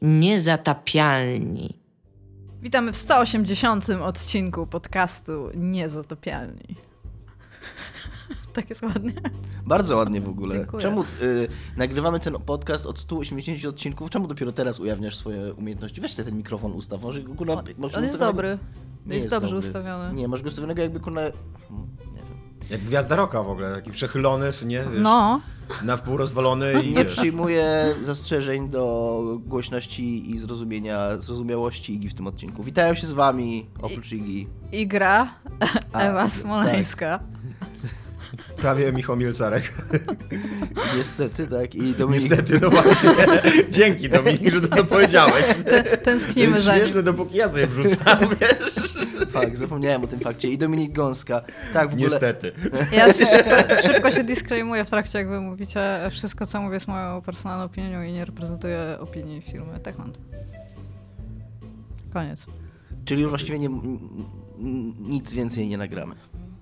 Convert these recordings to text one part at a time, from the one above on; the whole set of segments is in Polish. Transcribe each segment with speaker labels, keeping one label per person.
Speaker 1: Niezatapialni.
Speaker 2: Witamy w 180. odcinku podcastu Niezatapialni. Tak jest ładnie.
Speaker 3: Bardzo ładnie w ogóle.
Speaker 2: Dziękuję.
Speaker 3: Czemu nagrywamy ten podcast od 180 odcinków? Czemu dopiero teraz ujawniasz swoje umiejętności? Weź sobie ten mikrofon ustaw. Może
Speaker 2: On jest dobry. Jest dobrze ustawiony.
Speaker 3: Nie, masz go ustawionego jakby nie wiem.
Speaker 4: Jak gwiazda rocka w ogóle, taki przechylony, nie? Wiesz,
Speaker 2: no.
Speaker 4: Na wpół rozwalony i
Speaker 3: Nie przyjmuję zastrzeżeń do głośności i zrozumiałości Igi w tym odcinku. Witają się z wami, oprócz Igi.
Speaker 2: I gra Ewa Smoleńska.
Speaker 4: prawie Michał Mielcarek.
Speaker 3: Niestety, tak. I Dominik...
Speaker 4: Niestety, no właśnie. Dzięki, Dominik, że to powiedziałeś.
Speaker 2: Tęsknimy
Speaker 4: to jest
Speaker 2: za nim.
Speaker 4: śmieszne, dopóki ja sobie wrzucam, wiesz.
Speaker 3: Fakt, zapomniałem o tym fakcie. I Dominik Gąska. Tak, w ogóle...
Speaker 4: Niestety.
Speaker 2: Ja szybko się disclaimuję w trakcie, jak wy mówicie. Wszystko, co mówię, jest moją personalną opinią i nie reprezentuję opinii firmy Techland. Koniec.
Speaker 3: Czyli już właściwie nic więcej nie nagramy.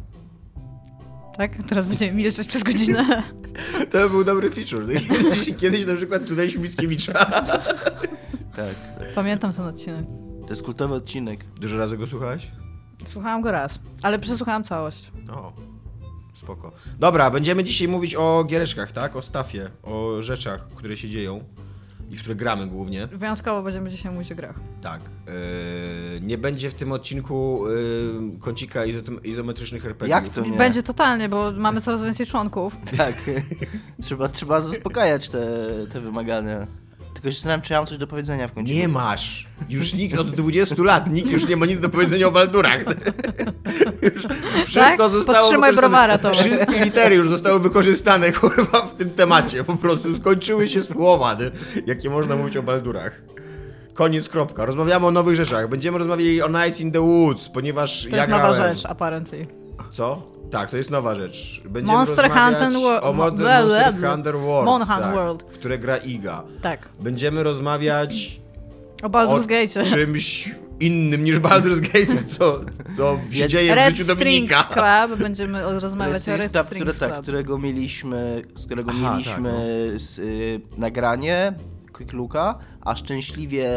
Speaker 2: Tak? Teraz będziemy milczeć przez godzinę.
Speaker 4: To był dobry feature. Kiedyś na przykład czytaliśmy Mickiewicza.
Speaker 3: Tak.
Speaker 2: Pamiętam ten odcinek.
Speaker 3: To jest kultowy odcinek.
Speaker 4: Dużo razy go słuchałeś?
Speaker 2: Słuchałam go raz, ale przesłuchałam całość.
Speaker 4: O, spoko. Dobra, będziemy dzisiaj mówić o giereczkach, tak? O stafie, o rzeczach, które się dzieją i w które gramy głównie.
Speaker 2: Wyjątkowo będziemy dzisiaj mówić o grach.
Speaker 4: Tak. Nie będzie w tym odcinku kącika izometrycznych RPG.
Speaker 3: Jak to nie?
Speaker 2: Będzie totalnie, bo mamy coraz więcej członków.
Speaker 3: Tak. Trzeba zaspokajać te wymagania. Tylko się zastanawiam, czy ja mam coś do powiedzenia w końcu.
Speaker 4: Nie masz. Już nikt od 20 lat, nikt już nie ma nic do powiedzenia o Baldurach. Już wszystko
Speaker 2: tak?
Speaker 4: zostało
Speaker 2: Podtrzymaj
Speaker 4: wykorzystane.
Speaker 2: browara to.
Speaker 4: Wszystkie litery już zostały wykorzystane, kurwa, w tym temacie. Po prostu skończyły się słowa, jakie można mówić o Baldurach. Koniec, kropka. Rozmawiamy o nowych rzeczach. Będziemy rozmawiali o Nights in the Woods, ponieważ
Speaker 2: To jest nowa rzecz, apparently.
Speaker 4: Co? Tak, to jest nowa rzecz. Będziemy
Speaker 2: Monster
Speaker 4: rozmawiać
Speaker 2: Hunter World.
Speaker 4: o Monster Hunter World,
Speaker 2: Monhan
Speaker 4: tak,
Speaker 2: World.
Speaker 4: w które gra Iga.
Speaker 2: Tak.
Speaker 4: Będziemy rozmawiać
Speaker 2: O Baldur's
Speaker 4: o
Speaker 2: Gate.
Speaker 4: czymś innym niż Baldur's Gate, co się dzieje w życiu Dominika.
Speaker 2: Red Strings Club. Będziemy rozmawiać o Red Strings Club.
Speaker 3: Z którego mieliśmy
Speaker 4: tak, no.
Speaker 3: Nagranie, quick looka, a szczęśliwie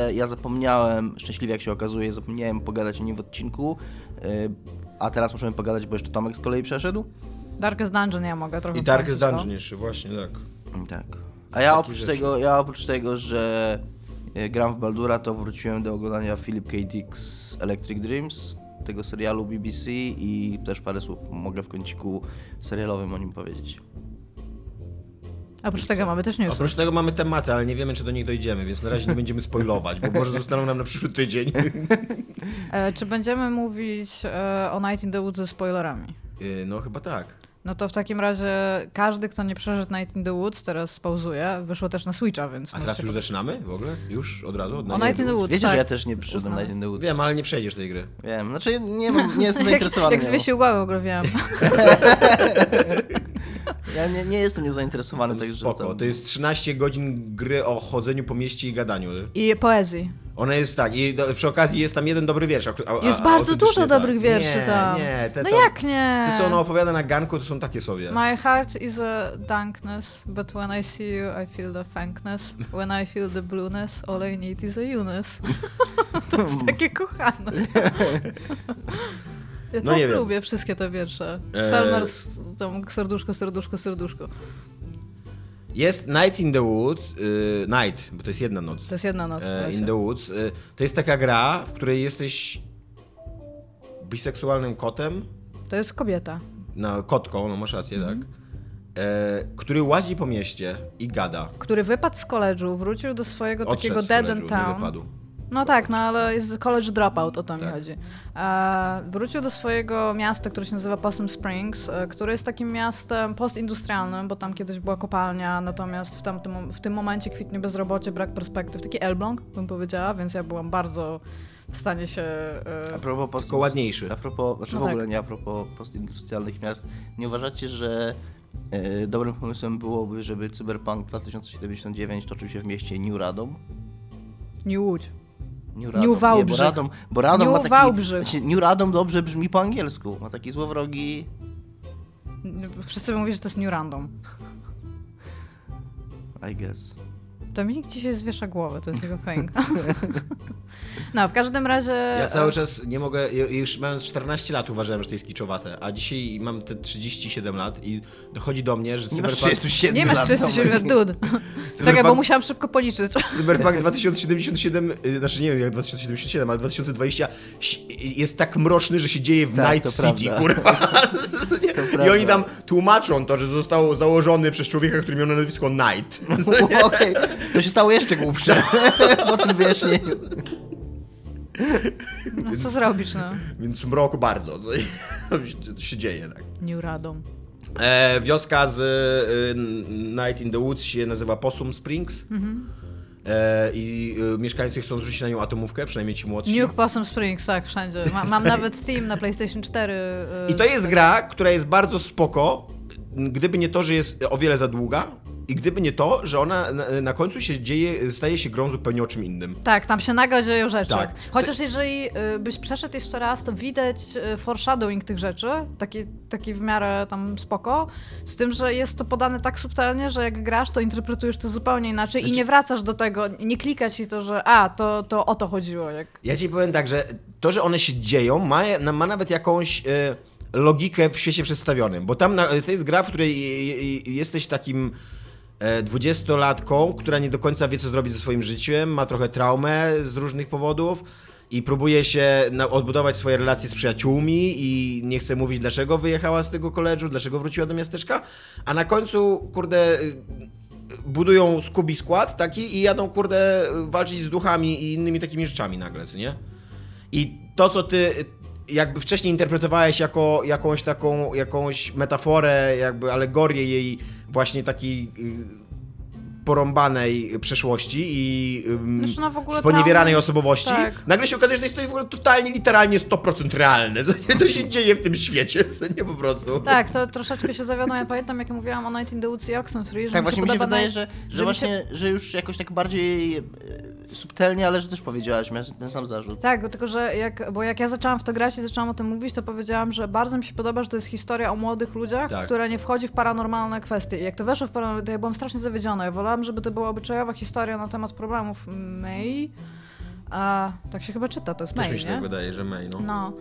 Speaker 3: jak się okazuje, zapomniałem pogadać o nim w odcinku, a teraz możemy pogadać, bo jeszcze Tomek z kolei przeszedł.
Speaker 2: Darkest Dungeon ja mogę trochę
Speaker 4: I Darkest
Speaker 2: powiedzieć,
Speaker 4: Dungeon jeszcze, właśnie, tak.
Speaker 3: Tak. A ja oprócz tego, że gram w Baldura, to wróciłem do oglądania Philip K. Dick's Electric Dreams, tego serialu BBC i też parę słów mogę w kąciku serialowym o nim powiedzieć.
Speaker 2: Oprócz tego mamy też newsy.
Speaker 4: Oprócz tego mamy tematy, ale nie wiemy, czy do nich dojdziemy, więc na razie nie będziemy spoilować, bo może zostaną nam na przyszły tydzień.
Speaker 2: Czy będziemy mówić o Night in the Woods ze spoilerami?
Speaker 4: No chyba tak.
Speaker 2: No to w takim razie każdy, kto nie przeszedł Night in the Woods, teraz pauzuje. Wyszło też na Switcha, więc...
Speaker 4: A teraz już zaczynamy w ogóle? Już? Od razu?
Speaker 2: O Night in the Woods,
Speaker 3: Wiecie,
Speaker 2: tak.
Speaker 3: że ja też nie przyszedłem Night in the Woods.
Speaker 4: Wiem, ale nie przejdziesz tej gry.
Speaker 3: Wiem, znaczy nie jestem zainteresowany.
Speaker 2: Jak zwiesił głowę, w ogóle wiem.
Speaker 3: Ja nie jestem niezainteresowany, także...
Speaker 4: Spoko. To jest 13 godzin gry o chodzeniu po mieście i gadaniu.
Speaker 2: I poezji.
Speaker 4: Ona jest tak, i przy okazji jest tam jeden dobry wiersz.
Speaker 2: Jest bardzo dużo dobrych wierszy
Speaker 4: nie,
Speaker 2: tam.
Speaker 4: Nie,
Speaker 2: no jak nie?
Speaker 4: Te, co ona opowiada na ganku, to są takie sobie.
Speaker 2: My heart is a darkness, but when I see you, I feel the thankness. When I feel the blueness, all I need is a you-ness. To jest takie kochane. Ja
Speaker 4: No
Speaker 2: tak
Speaker 4: nie wiem.
Speaker 2: lubię wszystkie te wiersze. Selmers, tam serduszko, serduszko, serduszko.
Speaker 4: Jest Night in the Woods, Night, bo to jest jedna noc.
Speaker 2: To jest jedna noc.
Speaker 4: In the Woods. To jest taka gra, w której jesteś biseksualnym kotem.
Speaker 2: To jest kobieta.
Speaker 4: No, kotką, no masz rację, tak. Który łazi po mieście i gada.
Speaker 2: Który wypadł z koledżu, wrócił do swojego
Speaker 4: Odszedł
Speaker 2: takiego
Speaker 4: z
Speaker 2: dead
Speaker 4: college'u,
Speaker 2: end
Speaker 4: nie
Speaker 2: town.
Speaker 4: wypadł.
Speaker 2: No tak, no ale jest college dropout, o to mi
Speaker 4: Tak.
Speaker 2: chodzi. Wrócił do swojego miasta, które się nazywa Possum Springs, które jest takim miastem postindustrialnym, bo tam kiedyś była kopalnia, natomiast w tym momencie kwitnie bezrobocie, brak perspektyw, taki Elbląg bym powiedziała, więc ja byłam bardzo w stanie się...
Speaker 3: A propos
Speaker 4: Tylko ładniejszy.
Speaker 3: A propos, znaczy
Speaker 2: No
Speaker 3: w ogóle
Speaker 2: tak.
Speaker 3: nie a propos postindustrialnych miast, nie uważacie, że dobrym pomysłem byłoby, żeby Cyberpunk 2079 toczył się w mieście New Radom?
Speaker 2: New Łódź.
Speaker 3: New
Speaker 2: Wałbrzych.
Speaker 3: Bo Radom
Speaker 2: New
Speaker 3: ma taki...
Speaker 2: Wałbrzych.
Speaker 3: Znaczy, New Radom dobrze brzmi po angielsku. Ma taki złowrogi...
Speaker 2: Wszyscy mówią, że to jest New Random.
Speaker 3: I guess.
Speaker 2: Dominik dzisiaj zwiesza głowę, to jest jego thing. No, w każdym razie...
Speaker 4: Ja cały czas nie mogę, już mając 14 lat uważałem, że to jest kiczowate, a dzisiaj mam te 37 lat i dochodzi do mnie, że
Speaker 3: Nie masz
Speaker 4: Cyberpunk...
Speaker 3: 37
Speaker 2: Nie masz
Speaker 3: lat,
Speaker 2: 37 dude. Czekaj, bo musiałam szybko policzyć.
Speaker 4: Cyberpunk 2077, znaczy nie wiem jak 2077, ale 2020 jest tak mroczny, że się dzieje w
Speaker 3: Tak,
Speaker 4: Night
Speaker 3: to
Speaker 4: City,
Speaker 3: prawda.
Speaker 4: kurwa. I oni tam tłumaczą to, że został założony przez człowieka, który miał na nazwisko Knight.
Speaker 3: Okej, to się stało jeszcze głupsze po tym wyjaśnieniu.
Speaker 2: No co zrobisz, no?
Speaker 4: Więc mrok bardzo, to się dzieje, tak.
Speaker 2: New Radom.
Speaker 4: Wioska z Night in the Woods się nazywa Possum Springs. I mieszkańcy chcą zrzucić na nią atomówkę, przynajmniej ci młodsi.
Speaker 2: Nuke Possum Springs, tak, wszędzie. Mam nawet Team na PlayStation 4.
Speaker 4: I to jest gra, która jest bardzo spoko, gdyby nie to, że jest o wiele za długa i gdyby nie to, że ona na końcu staje się grą zupełnie o czym innym.
Speaker 2: Tak, tam się nagle dzieją rzeczy.
Speaker 4: Tak.
Speaker 2: Chociaż jeżeli byś przeszedł jeszcze raz, to widać foreshadowing tych rzeczy, taki w miarę tam spoko, z tym, że jest to podane tak subtelnie, że jak grasz, to interpretujesz to zupełnie inaczej i nie wracasz do tego, nie klika ci to, że to o to chodziło.
Speaker 4: Ja ci powiem tak, że to, że one się dzieją, ma nawet jakąś logikę w świecie przedstawionym, bo tam to jest gra, w której jesteś takim 20-latką, która nie do końca wie, co zrobić ze swoim życiem, ma trochę traumę z różnych powodów i próbuje się odbudować swoje relacje z przyjaciółmi i nie chce mówić, dlaczego wyjechała z tego koledżu, dlaczego wróciła do miasteczka, a na końcu, kurde, budują Scooby Squad taki i jadą, kurde, walczyć z duchami i innymi takimi rzeczami nagle, co nie? I to, co ty jakby wcześniej interpretowałeś jako jakąś metaforę, jakby alegorię jej właśnie takiej porąbanej przeszłości i
Speaker 2: w ogóle
Speaker 4: sponiewieranej osobowości,
Speaker 2: tak.
Speaker 4: nagle się okazuje, że to jest w ogóle totalnie, literalnie 100% realne. To się dzieje w tym świecie, co nie po prostu.
Speaker 2: Tak, to troszeczkę się zawiodłam. Ja pamiętam, jak mówiłam o Night in the Woods i Oxenfree, że
Speaker 3: Tak, właśnie mi się wydaje,
Speaker 2: że
Speaker 3: już jakoś tak bardziej subtelnie, ale że też powiedziałaś, miałeś ten sam zarzut.
Speaker 2: Tak, tylko że jak ja zaczęłam w to grać i zaczęłam o tym mówić, to powiedziałam, że bardzo mi się podoba, że to jest historia o młodych ludziach,
Speaker 4: tak,
Speaker 2: która nie wchodzi w paranormalne kwestie. I jak to weszło w paranormalne, to ja byłam strasznie zawiedziona. Ja wolałam, żeby to była obyczajowa historia na temat problemów May. Tak się chyba czyta, to jest May,
Speaker 4: mi się
Speaker 2: nie?
Speaker 4: tak wydaje, że May, no.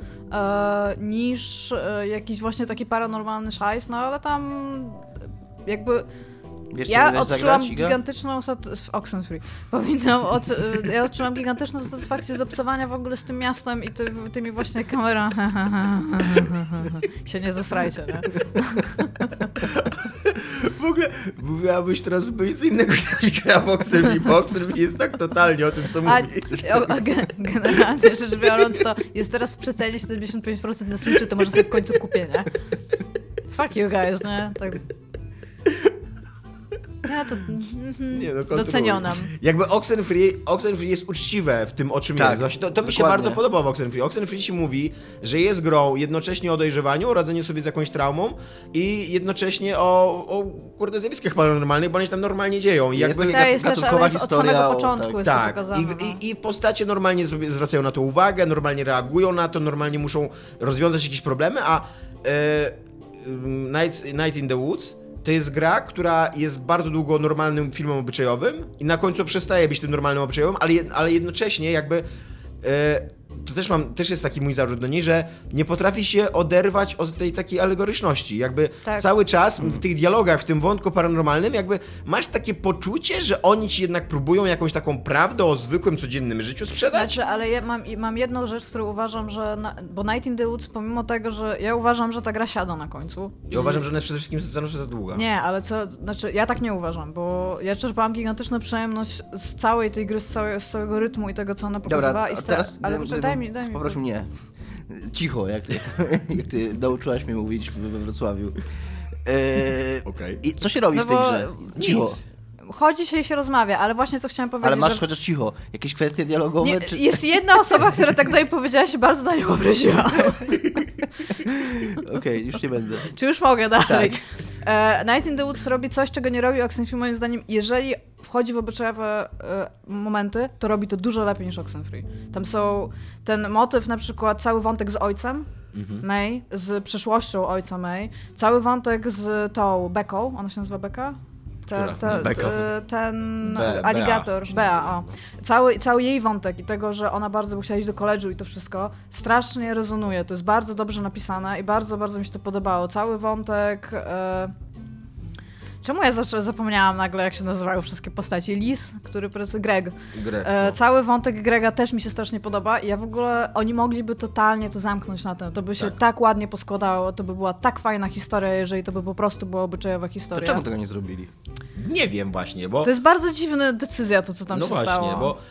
Speaker 2: Niż jakiś właśnie taki paranormalny szajs, no ale tam jakby...
Speaker 3: Wiesz,
Speaker 2: ja odczułam gigantyczną w Oxenfree. Ja odczułam gigantyczną satysfakcję z obcowania w ogóle z tym miastem i tymi właśnie kamerami. się nie zesrajcie, nie?
Speaker 4: W ogóle mówiłabyś teraz zupełnie co innego, gdybyś grała w Oxenfree, bo Oxenfree jest tak totalnie o tym, co mówi.
Speaker 2: Generalnie rzecz biorąc, to jest teraz w przecenie 75% na Switchu, to może sobie w końcu kupię, nie? Fuck you guys, nie? Tak. Ja to doceniona.
Speaker 4: Jakby Oxenfree jest uczciwe w tym, o czym jest. Właśnie to mi się bardzo podoba w Oxenfree. Oxenfree ci mówi, że jest grą jednocześnie o dojrzewaniu, o radzeniu sobie z jakąś traumą i jednocześnie o kurde zjawiskach paranormalnych, bo one się tam normalnie dzieją. I
Speaker 3: jest
Speaker 4: jakby
Speaker 2: jest też, ale jest od samego początku jest to pokazane.
Speaker 4: I postacie normalnie zwracają na to uwagę, normalnie reagują na to, normalnie muszą rozwiązać jakieś problemy, a Night in the Woods to jest gra, która jest bardzo długo normalnym filmem obyczajowym i na końcu przestaje być tym normalnym obyczajowym, ale jednocześnie jakby to też jest taki mój zarzut do niej, że nie potrafi się oderwać od tej takiej alegoryczności. Jakby cały czas w tych dialogach, w tym wątku paranormalnym, jakby masz takie poczucie, że oni ci jednak próbują jakąś taką prawdę o zwykłym, codziennym życiu sprzedać.
Speaker 2: Znaczy, ale ja mam jedną rzecz, którą uważam, że... Bo Night in the Woods, pomimo tego, że ja uważam, że ta gra siada na końcu.
Speaker 4: Ja uważam, że ona jest przede wszystkim za długa.
Speaker 2: Nie, ale znaczy, ja tak nie uważam, bo ja czerpałam gigantyczną przyjemność z całej tej gry, z całego rytmu i tego, co ona pokazywała. Ale daj mi.
Speaker 3: Poproszę mnie. Cicho, jak ty nauczyłaś mnie mówić we Wrocławiu.
Speaker 4: Okej.
Speaker 3: I co się robi w tej grze? Cicho.
Speaker 2: Chodzi się i się rozmawia, ale właśnie co chciałam powiedzieć,
Speaker 3: ale masz chociaż cicho. Jakieś kwestie dialogowe?
Speaker 2: Nie, jest jedna osoba, która tak dalej powiedziała, się bardzo na nią obraziła.
Speaker 3: Okej, już nie będę.
Speaker 2: Czy już mogę dalej?
Speaker 3: Tak.
Speaker 2: Night in the Woods robi coś, czego nie robi Oxenfree, moim zdaniem. Jeżeli wchodzi w obyczajowe momenty, to robi to dużo lepiej niż Oxenfree. Tam są ten motyw, na przykład cały wątek z ojcem May, z przeszłością ojca May, cały wątek z tą Becką, ona się nazywa Becca? Ten aligator, Bea, o. Cały jej wątek i tego, że ona bardzo by chciała iść do koledżu i to wszystko, strasznie rezonuje. To jest bardzo dobrze napisane i bardzo, bardzo mi się to podobało. Cały wątek... Czemu ja zawsze zapomniałam nagle, jak się nazywały wszystkie postaci? Lis, który pracuje, Greg. Cały wątek Grega też mi się strasznie podoba i ja w ogóle, oni mogliby totalnie to zamknąć na tym. To by się tak ładnie poskładało, to by była tak fajna historia, jeżeli to by po prostu była obyczajowa historia.
Speaker 3: To czemu tego nie zrobili?
Speaker 4: Nie wiem właśnie, bo...
Speaker 2: To jest bardzo dziwna decyzja, to co tam się stało.
Speaker 4: No właśnie, bo...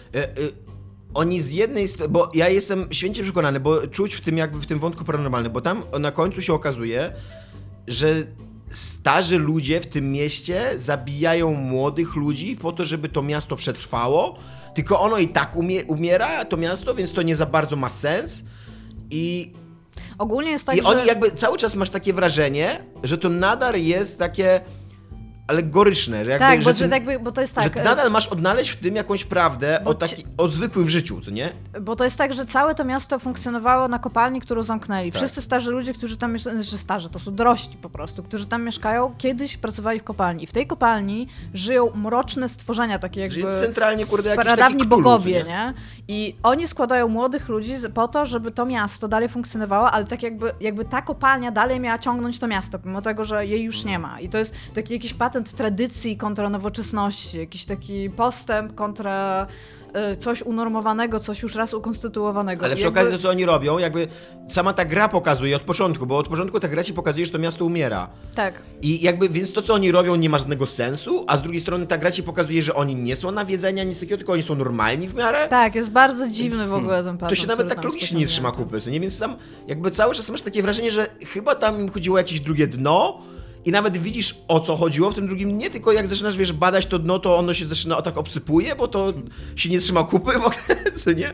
Speaker 4: Oni z jednej strony, bo ja jestem święcie przekonany, bo czuć w tym jakby w tym wątku paranormalnym, bo tam na końcu się okazuje, że starzy ludzie w tym mieście zabijają młodych ludzi po to, żeby to miasto przetrwało, tylko ono i tak umiera, to miasto, więc to nie za bardzo ma sens i...
Speaker 2: Ogólnie jest tak,
Speaker 4: I oni jakby cały czas masz takie wrażenie, że to nadal jest takie alegoryczne, że jakby...
Speaker 2: Tak, bo to jest tak...
Speaker 4: Że nadal masz odnaleźć w tym jakąś prawdę o zwykłym życiu, co nie?
Speaker 2: Bo to jest tak, że całe to miasto funkcjonowało na kopalni, którą zamknęli. Tak. Wszyscy starzy ludzie, którzy tam mieszkają, to są dorośli po prostu, którzy tam mieszkają, kiedyś pracowali w kopalni. I w tej kopalni żyją mroczne stworzenia, takie jakby...
Speaker 4: centralnie,
Speaker 2: pradawni bogowie, nie? I oni składają młodych ludzi po to, żeby to miasto dalej funkcjonowało, ale tak jakby ta kopalnia dalej miała ciągnąć to miasto, pomimo tego, że jej już nie ma. I to jest taki jakiś patent tradycji kontra nowoczesności, jakiś taki postęp kontra coś unormowanego, coś już raz ukonstytuowanego.
Speaker 4: Ale przy okazji to, co oni robią, jakby sama ta gra pokazuje od początku, bo od początku ta gra ci pokazuje, że to miasto umiera.
Speaker 2: Tak.
Speaker 4: I jakby, więc to, co oni robią, nie ma żadnego sensu, a z drugiej strony ta gra ci pokazuje, że oni nie są nawiedzenia, nic takiego, tylko oni są normalni w miarę.
Speaker 2: Tak, jest bardzo dziwny w ogóle ten patent.
Speaker 4: To się nawet tak logicznie nie trzyma kupy, nie? Więc tam jakby cały czas masz takie wrażenie, że chyba tam im chodziło o jakieś drugie dno, i nawet widzisz, o co chodziło w tym drugim dnie, tylko jak zaczynasz, badać to dno, to ono się zaczyna tak obsypuje, bo to się nie trzyma kupy w ogóle, co nie?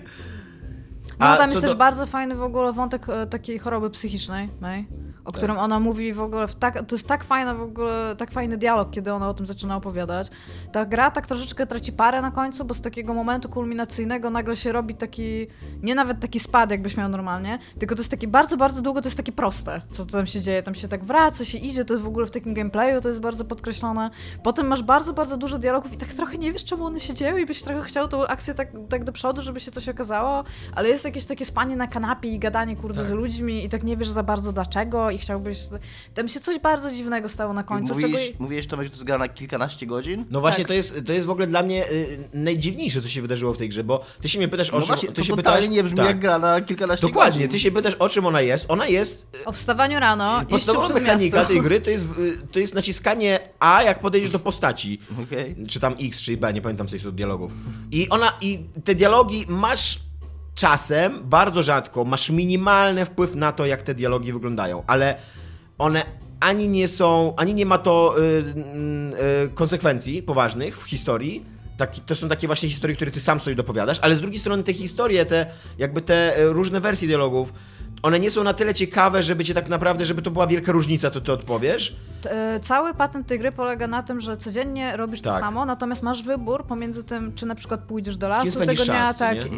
Speaker 2: No tam jest też bardzo fajny w ogóle wątek takiej choroby psychicznej, o którym ona mówi w ogóle, to jest tak fajna w ogóle, tak fajny dialog, kiedy ona o tym zaczyna opowiadać. Ta gra tak troszeczkę traci parę na końcu, bo z takiego momentu kulminacyjnego nagle się robi taki, nie nawet taki spad, jakbyś miał normalnie, tylko to jest takie bardzo, bardzo długo, to jest takie proste, co tam się dzieje. Tam się tak wraca, się idzie, to jest w ogóle w takim gameplayu, to jest bardzo podkreślone. Potem masz bardzo, bardzo dużo dialogów i tak trochę nie wiesz, czemu one się dzieją i byś trochę chciał tą akcję tak do przodu, żeby się coś okazało, ale jest jakieś takie spanie na kanapie i gadanie, z ludźmi i tak nie wiesz za bardzo dlaczego i chciałbyś... Tam się coś bardzo dziwnego stało na końcu.
Speaker 3: Mówiłeś, Tomek, że to jest gra na kilkanaście godzin?
Speaker 4: No właśnie, tak. to jest w ogóle dla mnie najdziwniejsze, co się wydarzyło w tej grze, bo ty się mnie pytasz o czym...
Speaker 3: Właśnie, to totalnie nie brzmi jak gra na kilkanaście godzin.
Speaker 4: Dokładnie, ty się pytasz o czym ona jest. Ona jest...
Speaker 2: O wstawaniu rano i
Speaker 4: podstawowa mechanika tej gry to jest naciskanie A, jak podejdziesz do postaci.
Speaker 3: Okay.
Speaker 4: Czy tam X, czy B, nie pamiętam co jest od dialogów. I te dialogi masz... Czasem, bardzo rzadko, masz minimalny wpływ na to, jak te dialogi wyglądają, ale one ani nie ma to konsekwencji poważnych w historii. To są takie właśnie historie, które ty sam sobie dopowiadasz, ale z drugiej strony te historie, te różne wersje dialogów, one nie są na tyle ciekawe, żeby cię tak naprawdę, żeby to była wielka różnica, to ty odpowiesz.
Speaker 2: Cały patent tej gry polega na tym, że codziennie robisz to samo, natomiast masz wybór pomiędzy tym, czy na przykład pójdziesz do lasu tego dnia,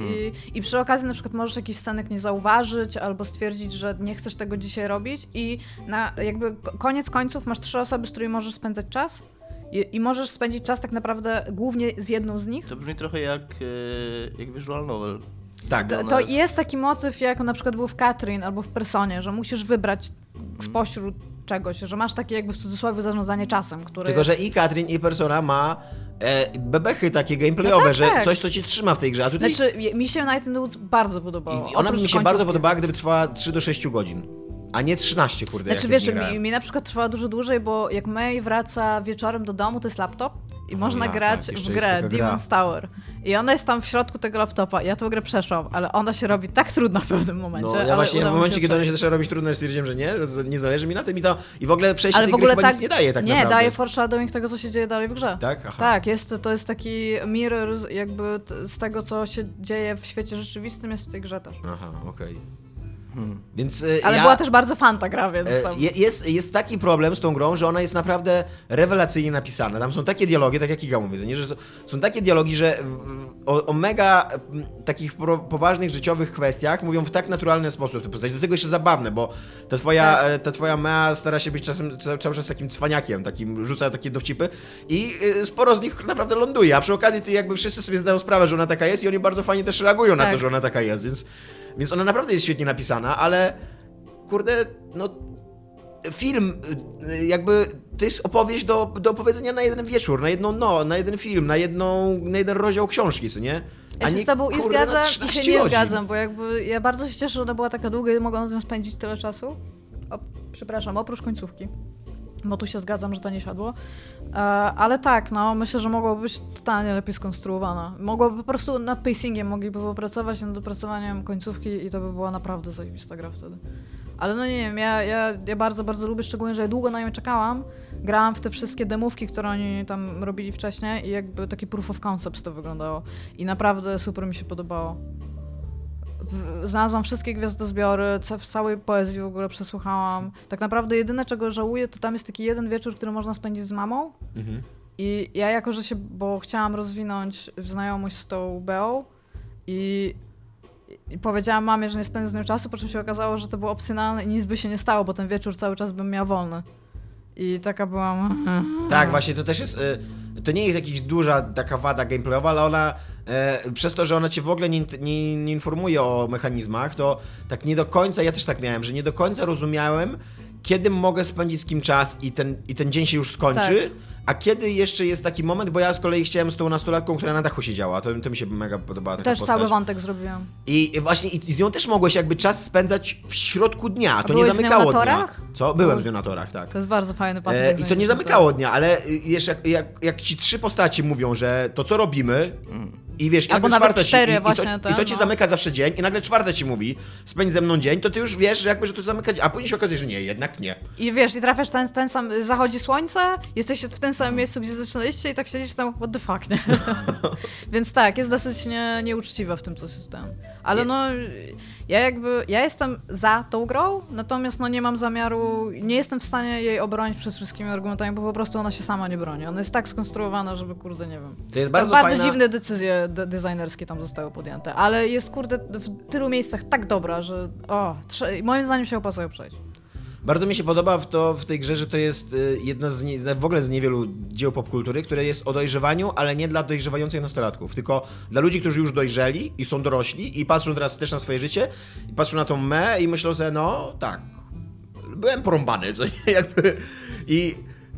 Speaker 2: i przy okazji na przykład możesz jakiś scenek nie zauważyć, albo stwierdzić, że nie chcesz tego dzisiaj robić i jakby koniec końców masz 3 osoby, z którymi możesz spędzać czas. I możesz spędzić czas tak naprawdę głównie z jedną z nich.
Speaker 3: To brzmi trochę jak visual novel.
Speaker 4: Tak,
Speaker 2: to jest taki motyw, jak na przykład był w Catherine albo w Personie, że musisz wybrać spośród czegoś, że masz takie jakby w cudzysłowie zarządzanie czasem, które...
Speaker 4: Tylko, że i Catherine, i Persona ma bebechy takie gameplayowe, że coś, co cię trzyma w tej grze. A tutaj...
Speaker 2: Znaczy, mi się Night in the Woods bardzo podobało.
Speaker 4: I ona by mi się bardzo podobała, gdyby trwała 3 do 6 godzin. A nie 13, kurde.
Speaker 2: Znaczy wiesz, mi na przykład trwała dużo dłużej, bo jak May wraca wieczorem do domu, to jest laptop i można grać w grę Demon's Tower. I ona jest tam w środku tego laptopa. Ja tę grę przeszłam, ale ona się robi tak trudna w pewnym momencie.
Speaker 4: No ja właśnie w momencie, kiedy ona się zaczęła robić trudna, stwierdziłem, że nie zależy mi na tym i w ogóle przejście tej gry chyba nic nie daje tak naprawdę.
Speaker 2: Nie, daje foreshadowing tego, co się dzieje dalej w grze.
Speaker 4: Tak? Aha.
Speaker 2: Tak, to jest taki mirror jakby z tego, co się dzieje w świecie rzeczywistym, jest w tej grze też.
Speaker 4: Aha, okej. Więc,
Speaker 2: ale była też bardzo fan ta gra, więc tam...
Speaker 4: Jest taki problem z tą grą, że ona jest naprawdę rewelacyjnie napisana. Tam są takie dialogi, tak jak Iga mówi, nie? Że są takie dialogi, że o mega takich poważnych życiowych kwestiach mówią w tak naturalny sposób te postaci. Do tego jeszcze zabawne, bo ta twoja Mea stara się być czasem cały czas takim cwaniakiem, takim, rzuca takie dowcipy i sporo z nich naprawdę ląduje, a przy okazji to jakby wszyscy sobie zdają sprawę, że ona taka jest i oni bardzo fajnie też reagują na to, że ona taka jest, więc ona naprawdę jest świetnie napisana, ale kurde, no film, jakby to jest opowieść do opowiedzenia na jeden wieczór, na jeden film, na jeden rozdział książki, co nie?
Speaker 2: Ja się z tobą i zgadzam, i się nie zgadzam, bo jakby ja bardzo się cieszę, że ona była taka długa i mogłam z nią spędzić tyle czasu. Przepraszam, oprócz końcówki. Bo tu się zgadzam, że to nie siadło. Ale tak, no myślę, że mogłoby być totalnie lepiej skonstruowana. Mogłoby po prostu nad pacingiem mogliby popracować, nad dopracowaniem końcówki i to by była naprawdę zajebista gra wtedy. Ale no nie wiem, ja bardzo, bardzo lubię, szczególnie, że ja długo na nią czekałam. Grałam w te wszystkie demówki, które oni tam robili wcześniej i jakby taki proof of concept to wyglądało. I naprawdę super mi się podobało. Znalazłam wszystkie gwiazdozbiory, w całej poezji w ogóle przesłuchałam. Tak naprawdę jedyne, czego żałuję, to tam jest taki jeden wieczór, który można spędzić z mamą. I ja jako, że bo chciałam rozwinąć znajomość z tą Beą i powiedziałam mamie, że nie spędzę z nią czasu, po czym się okazało, że to było opcjonalne i nic by się nie stało, bo ten wieczór cały czas bym miała wolny. I taka byłam...
Speaker 4: Tak, właśnie to też jest... To nie jest jakaś duża taka wada gameplayowa, ale ona przez to, że ona cię w ogóle nie informuje o mechanizmach, to tak nie do końca, ja też tak miałem, że nie do końca rozumiałem, kiedy mogę spędzić z kim czas i ten dzień się już skończy, tak. A kiedy jeszcze jest taki moment, bo ja z kolei chciałem z tą nastolatką, która na dachu siedziała, to mi się mega podobała taka
Speaker 2: też
Speaker 4: postać.
Speaker 2: Cały wątek zrobiłam.
Speaker 4: I właśnie i z nią też mogłeś jakby czas spędzać w środku dnia, to nie zamykało dnia. Co? Byłem z nią na torach, tak.
Speaker 2: To jest bardzo fajny patent.
Speaker 4: I to nie zamykało dnia, ale wiesz, jak ci 3 postaci mówią, że to co robimy i wiesz, i
Speaker 2: albo
Speaker 4: nagle
Speaker 2: nawet 4
Speaker 4: i to ci zamyka zawsze dzień i nagle 4 ci mówi, spędź ze mną dzień, to ty już wiesz, że to zamyka dzień, a później się okazuje, że nie, jednak nie.
Speaker 2: I wiesz, i trafiasz ten sam, zachodzi słońce, jesteś w tym samym miejscu, gdzie zaczynaliście i tak siedzisz tam, what the fuck, nie? Więc tak, jest dosyć nieuczciwe w tym, co się stało. Ale no, ja jestem za tą grą, natomiast no nie mam zamiaru, nie jestem w stanie jej obronić przez wszystkimi argumentami, bo po prostu ona się sama nie broni. Ona jest tak skonstruowana, żeby kurde, nie wiem.
Speaker 4: To jest bardzo
Speaker 2: dziwne decyzje designerskie tam zostały podjęte, ale jest kurde w tylu miejscach tak dobra, że moim zdaniem się opłacają przejść.
Speaker 4: Bardzo mi się podoba w tej grze, że to jest jedna w ogóle z niewielu dzieł popkultury, które jest o dojrzewaniu, ale nie dla dojrzewających nastolatków, tylko dla ludzi, którzy już dojrzeli i są dorośli i patrzą teraz też na swoje życie i patrzą na tą Mę i myślą sobie, no tak, byłem porąbany, co jakby i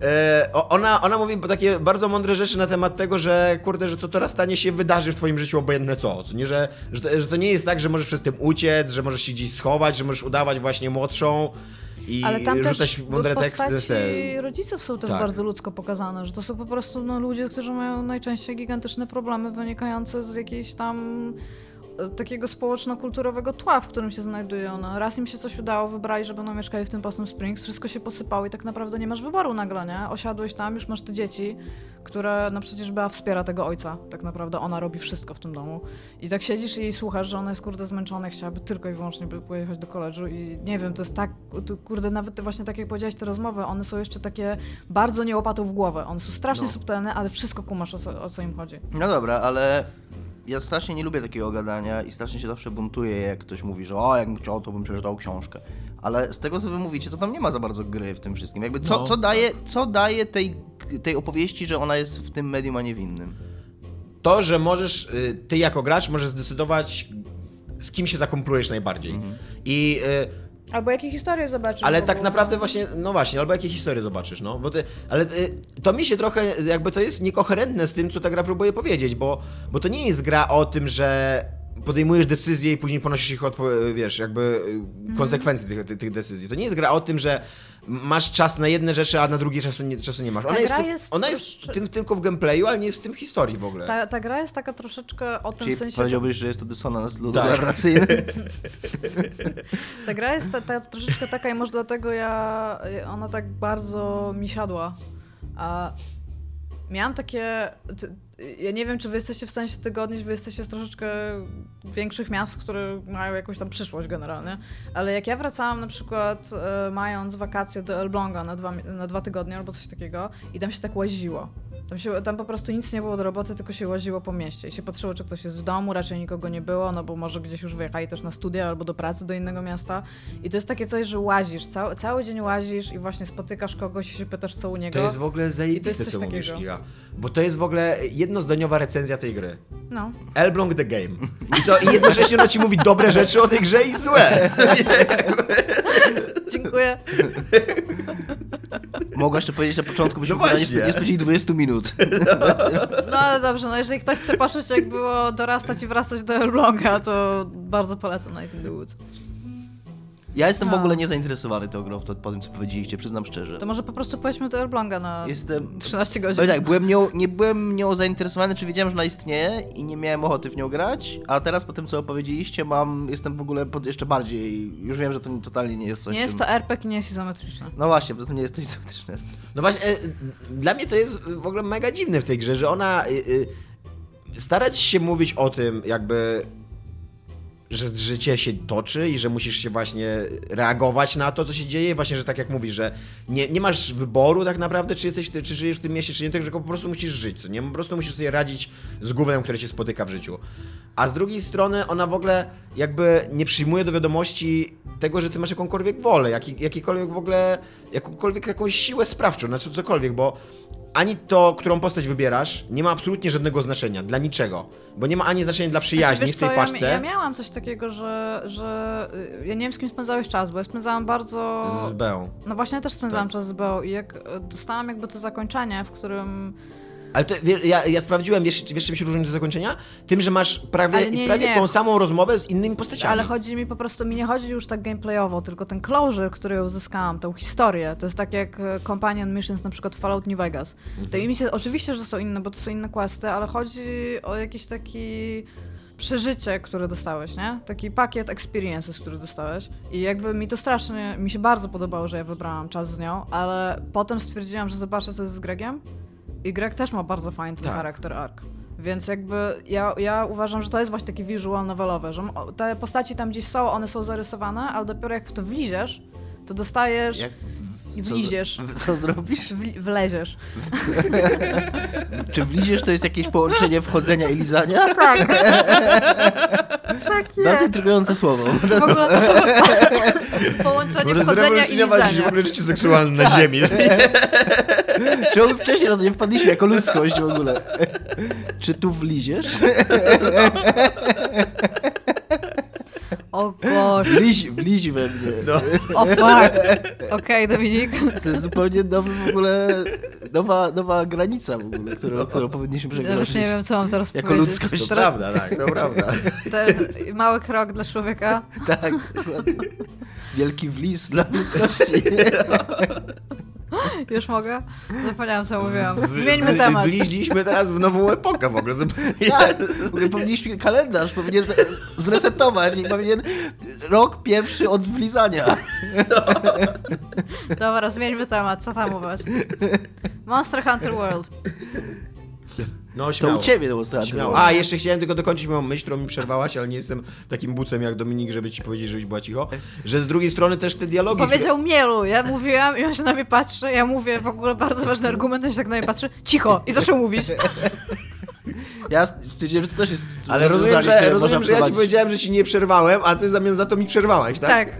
Speaker 4: ona mówi takie bardzo mądre rzeczy na temat tego, że kurde, że to teraz stanie się wydarzy w twoim życiu obojętne co nie, że to nie jest tak, że możesz przed tym uciec, że możesz się gdzieś schować, że możesz udawać właśnie młodszą i
Speaker 2: ale tam
Speaker 4: rzucać
Speaker 2: też
Speaker 4: mądre teksty.
Speaker 2: Postaci rodziców są też bardzo ludzko pokazane, że to są po prostu ludzie, którzy mają najczęściej gigantyczne problemy wynikające z jakiejś tam takiego społeczno-kulturowego tła, w którym się znajduje ona. Raz im się coś udało, wybrali, że będą mieszkali w tym Possum Springs, wszystko się posypało i tak naprawdę nie masz wyboru nagle, nie? Osiadłeś tam, już masz te dzieci, które, no przecież Bea wspiera tego ojca, tak naprawdę ona robi wszystko w tym domu. I tak siedzisz i jej słuchasz, że ona jest kurde zmęczona i chciałaby tylko i wyłącznie pojechać do koledżu i nie wiem, to jest tak, kurde, nawet właśnie tak jak powiedziałeś te rozmowy, one są jeszcze takie bardzo nie łopatą w głowę, one są strasznie subtelne, ale wszystko kumasz o co im chodzi.
Speaker 3: No dobra, ale ja strasznie nie lubię takiego gadania i strasznie się zawsze buntuję, jak ktoś mówi, że jakbym chciał, to bym przeczytał książkę. Ale z tego, co wy mówicie, to tam nie ma za bardzo gry w tym wszystkim. Jakby co daje tej opowieści, że ona jest w tym medium, a nie w innym?
Speaker 4: To, że możesz, ty jako gracz możesz zdecydować, z kim się zakumplujesz najbardziej. I
Speaker 2: albo jakie historie zobaczysz.
Speaker 4: Ale tak naprawdę właśnie, albo jakie historie zobaczysz, ale to mi się trochę, jakby to jest niekoherentne z tym, co ta gra próbuje powiedzieć, bo to nie jest gra o tym, że podejmujesz decyzje i później ponosisz ich, konsekwencje tych decyzji. To nie jest gra o tym, że masz czas na jedne rzeczy, a na drugie czasu nie masz. Ona jest tylko w gameplayu, ale nie jest w tym historii w ogóle.
Speaker 2: Ta gra jest taka troszeczkę o tym
Speaker 3: czyli
Speaker 2: sensie...
Speaker 3: powiedziałbyś, że jest to dysonans narracyjny.
Speaker 2: Ta gra jest troszeczkę taka i może dlatego ona tak bardzo mi siadła. Miałam takie... ja nie wiem, czy wy jesteście w stanie się tego odnieść, wy jesteście z troszeczkę większych miast, które mają jakąś tam przyszłość generalnie, ale jak ja wracałam na przykład mając wakacje do Elbląga na 2 tygodnie albo coś takiego i tam się tak łaziło. Tam po prostu nic nie było do roboty, tylko się łaziło po mieście i się patrzyło, czy ktoś jest w domu, raczej nikogo nie było, no bo może gdzieś już wyjechali też na studia albo do pracy do innego miasta i to jest takie coś, że łazisz, cały dzień łazisz i właśnie spotykasz kogoś i się pytasz, co u niego.
Speaker 4: To jest w ogóle zajebiste, co mówisz, Iga. Bo to jest w ogóle jednozdaniowa recenzja tej gry.
Speaker 2: No.
Speaker 4: Elbląg the game. I jednocześnie ona ci mówi dobre rzeczy o tej grze i złe.
Speaker 2: Dziękuję.
Speaker 3: Mogłaś to powiedzieć na początku, byśmy
Speaker 4: nie
Speaker 3: spędzili 20 minut.
Speaker 2: No dobrze, no jeżeli ktoś chce poczuć, jak było dorastać i wracać do Elbląga, to bardzo polecam Night in the Woods.
Speaker 3: Ja jestem w ogóle niezainteresowany tą grą po tym, co powiedzieliście, przyznam szczerze.
Speaker 2: To może po prostu pojedźmy do Elbląga na 13 godzin.
Speaker 3: No tak, nie byłem nią zainteresowany, czy wiedziałem, że ona istnieje i nie miałem ochoty w nią grać, a teraz po tym, co opowiedzieliście, jestem w ogóle jeszcze bardziej, już wiem, że to totalnie nie jest coś,
Speaker 2: nie jest to RPG i nie jest izometryczne.
Speaker 3: No właśnie, bo to nie jest to izometryczne.
Speaker 4: No właśnie, dla mnie to jest w ogóle mega dziwne w tej grze, że ona starać się mówić o tym, jakby że życie się toczy i że musisz się właśnie reagować na to, co się dzieje. Właśnie, że tak jak mówisz, że nie masz wyboru tak naprawdę, czy żyjesz w tym mieście, czy nie, tylko po prostu musisz żyć, co nie? Po prostu musisz sobie radzić z gównem, które cię spotyka w życiu. A z drugiej strony ona w ogóle jakby nie przyjmuje do wiadomości tego, że ty masz jakąkolwiek wolę, jakikolwiek w ogóle, jakąkolwiek jakąś siłę sprawczą, znaczy cokolwiek, bo ani to, którą postać wybierasz, nie ma absolutnie żadnego znaczenia, dla niczego. Bo nie ma ani znaczenia dla przyjaźni w tej paczce.
Speaker 2: Ja miałam coś takiego, że ja nie wiem, z kim spędzałeś czas, bo ja spędzałam bardzo...
Speaker 4: Z Beą.
Speaker 2: No właśnie, ja też spędzałam czas z Beą i jak dostałam jakby to zakończenie, w którym...
Speaker 4: Ale to, ja sprawdziłem, wiesz czym się różni do zakończenia? Tym, że masz prawie tą samą rozmowę z innymi postaciami.
Speaker 2: Ale chodzi mi po prostu, mi nie chodzi już tak gameplayowo, tylko ten closure, który ja uzyskałam, tą historię. To jest tak jak Companion Missions na przykład Fallout New Vegas. To i mi się, oczywiście, że są inne, bo to są inne questy, ale chodzi o jakiś taki przeżycie, które dostałeś, nie? Taki pakiet experiences, który dostałeś. I jakby mi się bardzo podobało, że ja wybrałam czas z nią, ale potem stwierdziłam, że zobaczę, co jest z Gregiem. I Greg też ma bardzo fajny ten charakter arc. Więc jakby ja uważam, że to jest właśnie taki visual novelowy, że te postaci tam gdzieś są, one są zarysowane, ale dopiero jak w to wliziesz, to dostajesz i wliziesz.
Speaker 3: Co zrobisz?
Speaker 2: Wleziesz.
Speaker 3: Czy wliziesz to jest jakieś połączenie wchodzenia i lizania?
Speaker 2: Tak. Tak jest.
Speaker 3: Bardzo intrygujące słowo.
Speaker 2: W ogóle połączenie wchodzenia i lizania.
Speaker 4: W ogóle życie seksualne na ziemi.
Speaker 3: Czemu my wcześniej na to nie wpadliśmy jako ludzkość w ogóle? Czy tu wliziesz?
Speaker 2: O Boże.
Speaker 3: Wliź we mnie.
Speaker 4: No.
Speaker 2: O fuck. Okej, Dominik.
Speaker 3: To jest zupełnie nowy w ogóle, nowa granica w ogóle, którą powinniśmy przekroczyć.
Speaker 2: Ja nie wiem, co mam teraz
Speaker 3: jako
Speaker 2: powiedzieć.
Speaker 3: ludzkość.
Speaker 4: To prawda, tak, to prawda.
Speaker 2: Ten mały krok dla człowieka.
Speaker 3: Tak, dokładnie. Wielki wliz dla ludzkości.
Speaker 2: Już mogę? Zapomniałam, co mówiłam. Zmieńmy temat.
Speaker 4: Wliźliśmy teraz w nową epokę w ogóle.
Speaker 3: Tak, w ogóle powinniśmy kalendarz powinien zresetować i powinien rok pierwszy od wlizania.
Speaker 2: Dobra, zmieńmy temat. Co tam u was? Monster Hunter World.
Speaker 4: No, śmiało.
Speaker 3: To u ciebie to było
Speaker 4: Śmiało. A, jeszcze chciałem tylko dokończyć moją myśl, którą mi przerwałaś, ale nie jestem takim bucem jak Dominik, żeby ci powiedzieć, żebyś była cicho. Że z drugiej strony też te dialogi...
Speaker 2: Powiedział mielu. Ja mówiłam i on się na mnie patrzy. Ja mówię w ogóle bardzo ważny argument, on się tak na mnie patrzy. Cicho! I zaczął mówić.
Speaker 3: Ja stwierdziłem, że to też jest...
Speaker 4: Ale rozumiem, że ja ci powiedziałem, że ci nie przerwałem, a ty w zamian za to mi przerwałaś, tak?
Speaker 2: Tak.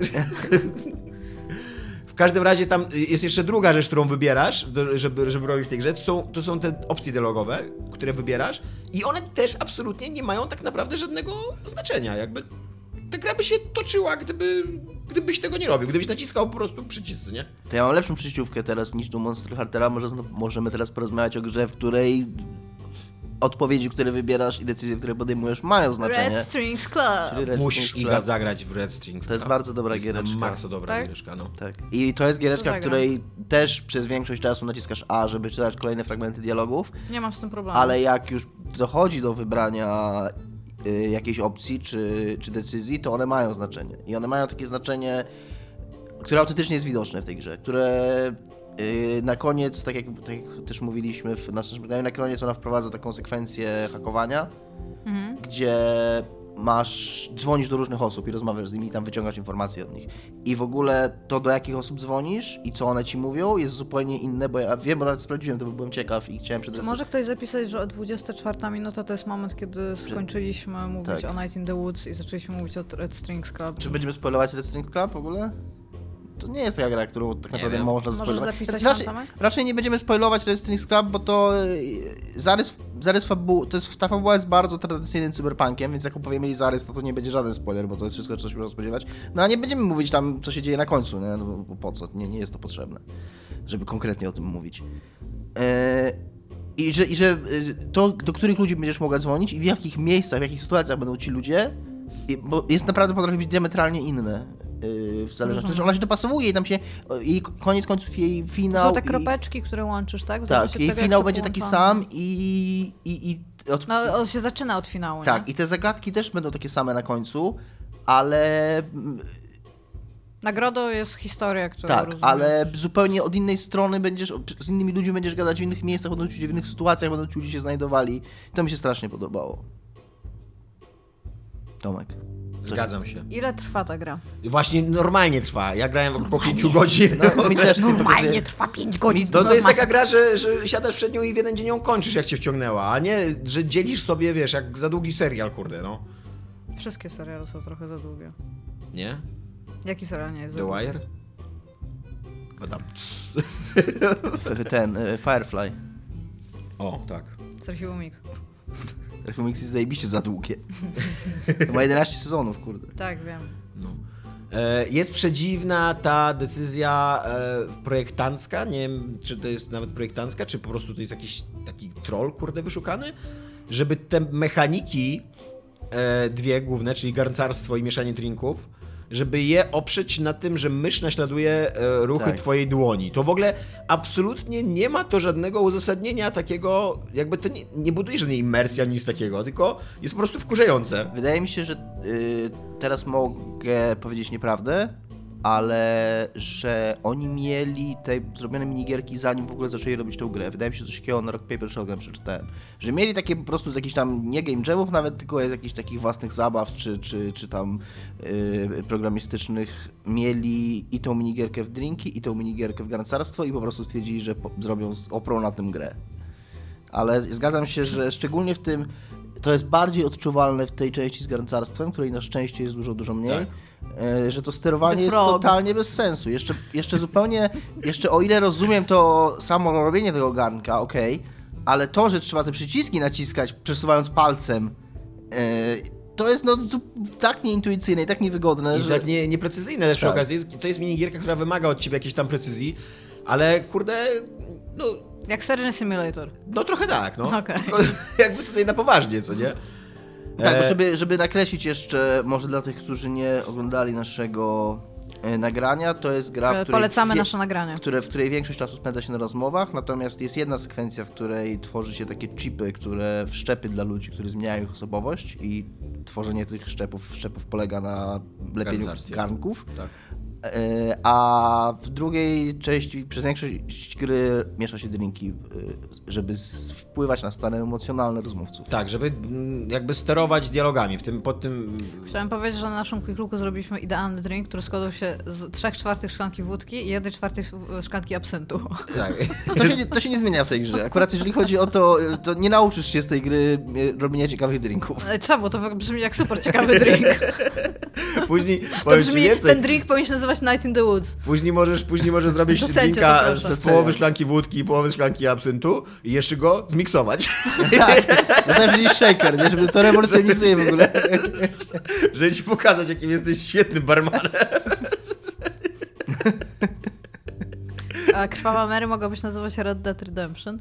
Speaker 4: W każdym razie tam jest jeszcze druga rzecz, którą wybierasz, żeby robić w tej grze. To są te opcje dialogowe, które wybierasz i one też absolutnie nie mają tak naprawdę żadnego znaczenia. Jakby ta gra by się toczyła, gdybyś tego nie robił, gdybyś naciskał po prostu przycisky, nie?
Speaker 3: To ja mam lepszą przejściówkę teraz niż do Monster Huntera. Możemy teraz porozmawiać o grze, w której odpowiedzi, które wybierasz i decyzje, które podejmujesz, mają znaczenie.
Speaker 2: Red Strings Club.
Speaker 4: Musisz Iga zagrać w Red Strings Club.
Speaker 3: To jest bardzo dobra giereczka.
Speaker 4: Max dobra
Speaker 2: tak?
Speaker 4: giereczka, no.
Speaker 3: Tak. I to jest giereczka,
Speaker 2: Zagram.
Speaker 3: w której też przez większość czasu naciskasz A, żeby czytać kolejne fragmenty dialogów,
Speaker 2: Nie mam z tym problemu.
Speaker 3: ale jak już dochodzi do wybrania jakiejś opcji czy decyzji, to one mają znaczenie. I one mają takie znaczenie które autentycznie jest widoczne w tej grze, które na koniec, tak jak też mówiliśmy w naszym programie, na koniec ona wprowadza taką sekwencję hakowania, gdzie dzwonisz do różnych osób i rozmawiasz z nimi i tam wyciągasz informacje od nich. I w ogóle to, do jakich osób dzwonisz i co one ci mówią, jest zupełnie inne, bo ja wiem, bo nawet sprawdziłem to, bo byłem ciekaw i chciałem przed
Speaker 2: Może ktoś zapisać, że o 24 minuta to jest moment, kiedy skończyliśmy mówić o Night in the Woods i zaczęliśmy mówić o Red Strings Club.
Speaker 3: Czy będziemy spoilować Red Strings Club w ogóle? To nie jest taka gra, którą tak naprawdę można spoilować.
Speaker 2: Możesz zapisać
Speaker 3: raczej nie będziemy spoilować Red Strings Club, bo to zarys fabuły, ta fabuła jest bardzo tradycyjnym cyberpunkiem, więc jak opowiemy jej zarys, to nie będzie żaden spoiler, bo to jest wszystko, czego się można spodziewać. No a nie będziemy mówić tam, co się dzieje na końcu, nie? No, bo po co? Nie jest to potrzebne, żeby konkretnie o tym mówić. I że to, do których ludzi będziesz mogła dzwonić i w jakich miejscach, w jakich sytuacjach będą ci ludzie, bo jest naprawdę potrafi być diametralnie inne. W zależności, że ona się dopasowuje i tam się i koniec końców jej finał.
Speaker 2: To są te kropeczki, które łączysz, tak?
Speaker 3: Tak, jej finał będzie taki sam
Speaker 2: no, on się zaczyna od finału,
Speaker 3: tak,
Speaker 2: nie?
Speaker 3: i te zagadki też będą takie same na końcu, ale
Speaker 2: nagrodą jest historia, którą
Speaker 3: tak,
Speaker 2: rozumiesz.
Speaker 3: ale zupełnie od innej strony z innymi ludźmi będziesz gadać w innych miejscach, będą ci w innych sytuacjach, będą ci ludzie się znajdowali. To mi się strasznie podobało. Tomek.
Speaker 4: Zgadzam się.
Speaker 2: Ile trwa ta gra?
Speaker 4: Właśnie normalnie trwa. Ja grałem około 5 godzin.
Speaker 3: No, mi też
Speaker 2: normalnie trwa 5 godzin.
Speaker 4: To jest taka gra, że siadasz przed nią i w jeden dzień ją kończysz, jak cię wciągnęła, a nie, że dzielisz sobie, wiesz, jak za długi serial, kurde, no.
Speaker 2: Wszystkie seriale są trochę za długie.
Speaker 4: Nie?
Speaker 2: Jaki serial nie jest za
Speaker 4: The
Speaker 2: długi?
Speaker 4: Wire? Bo tam...
Speaker 3: Firefly.
Speaker 4: O, tak.
Speaker 2: Sergio Mix.
Speaker 3: Sergio Mix jest zajebiście za długie. To ma 11 sezonów, kurde.
Speaker 2: Tak, wiem.
Speaker 4: No. Jest przedziwna ta decyzja projektancka, nie wiem, czy to jest nawet projektancka, czy po prostu to jest jakiś taki troll, kurde, wyszukany, żeby te mechaniki dwie główne, czyli garncarstwo i mieszanie drinków, żeby je oprzeć na tym, że mysz naśladuje ruchy twojej dłoni. To w ogóle absolutnie nie ma to żadnego uzasadnienia takiego, jakby to nie buduje żadnej imersji ani nic takiego, tylko jest po prostu wkurzające.
Speaker 3: Wydaje mi się, że teraz mogę powiedzieć nieprawdę, ale że oni mieli te zrobione minigierki zanim w ogóle zaczęli robić tę grę. Wydaje mi się, że coś takiego na Rock Paper Shotgun przeczytałem. Że mieli takie po prostu z jakichś tam nie game jamów nawet, tylko z jakichś takich własnych zabaw czy tam programistycznych mieli i tą minigierkę w drinki i tą minigierkę w garncarstwo i po prostu stwierdzili, że oprą na tym grę. Ale zgadzam się, że szczególnie w tym to jest bardziej odczuwalne w tej części z garncarstwem, której na szczęście jest dużo mniej. Tak. Że to sterowanie jest totalnie bez sensu. Jeszcze o ile rozumiem to samo robienie tego garnka, okej, ale to, że trzeba te przyciski naciskać przesuwając palcem, to jest tak nieintuicyjne i tak niewygodne,
Speaker 4: i tak nieprecyzyjne też przy okazji. To jest minigierka, która wymaga od ciebie jakiejś tam precyzji, ale kurde, no...
Speaker 2: Jak Surgeon Simulator.
Speaker 4: No trochę tak, no.
Speaker 2: Okay.
Speaker 4: Jakby tutaj na poważnie, co nie?
Speaker 3: Tak, bo żeby nakreślić jeszcze, może dla tych, którzy nie oglądali naszego nagrania, to jest gra, w której...
Speaker 2: Polecamy nasze nagrania.
Speaker 3: W której większość czasu spędza się na rozmowach, natomiast jest jedna sekwencja, w której tworzy się takie chipy, wszczepy dla ludzi, które zmieniają ich osobowość i tworzenie tych wszczepów polega na lepieniu garnków. Tak. A w drugiej części, przez większość gry miesza się drinki, żeby wpływać na stany emocjonalne rozmówców.
Speaker 4: Tak, żeby jakby sterować dialogami pod tym...
Speaker 2: Chciałem powiedzieć, że na naszym Quick Looku zrobiliśmy idealny drink, który składał się z 3/4 szklanki wódki i 1/4 szklanki absyntu.
Speaker 4: Tak.
Speaker 3: To się nie zmienia w tej grze. Akurat jeżeli chodzi o to nie nauczysz się z tej gry robienia ciekawych drinków.
Speaker 2: Trzeba, bo to brzmi jak super ciekawy drink.
Speaker 4: Później powiem ci więcej.
Speaker 2: Ten drink powinien się nazywać Night in the Woods.
Speaker 4: Później możesz zrobić drinka z połowy szklanki wódki i połowy szklanki absyntu i jeszcze go zmiksować.
Speaker 3: Tak, to też jest shaker, nie? Żeby to rewolucjonizuje w ogóle.
Speaker 4: Żeby ci pokazać, jakim jesteś świetnym barmanem.
Speaker 2: A Krwawa Mary mogłabyś nazywać Red Dead Redemption.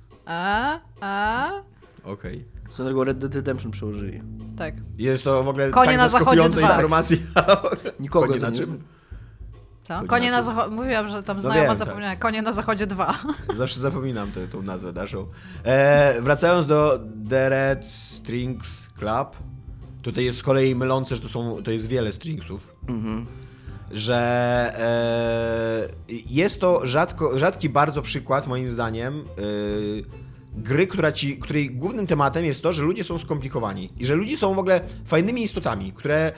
Speaker 4: Okej.
Speaker 3: Co drogą Red Dead Redemption przełożyli.
Speaker 2: Tak.
Speaker 4: Jest to w ogóle
Speaker 2: Konie
Speaker 4: tak
Speaker 2: na zachodzie 2.
Speaker 4: informacja.
Speaker 3: Nikogo
Speaker 4: na czym?
Speaker 2: Co? Konie na zachodzie. Mówiłam, że tam znajoma zapomniała. Tak. Konie na zachodzie 2.
Speaker 4: Zawsze zapominam tą nazwę naszą. Wracając do The Red Strings Club. Tutaj jest z kolei mylące, że to jest wiele stringsów. że jest to rzadki bardzo przykład, moim zdaniem, gry, której głównym tematem jest to, że ludzie są skomplikowani i że ludzie są w ogóle fajnymi istotami, które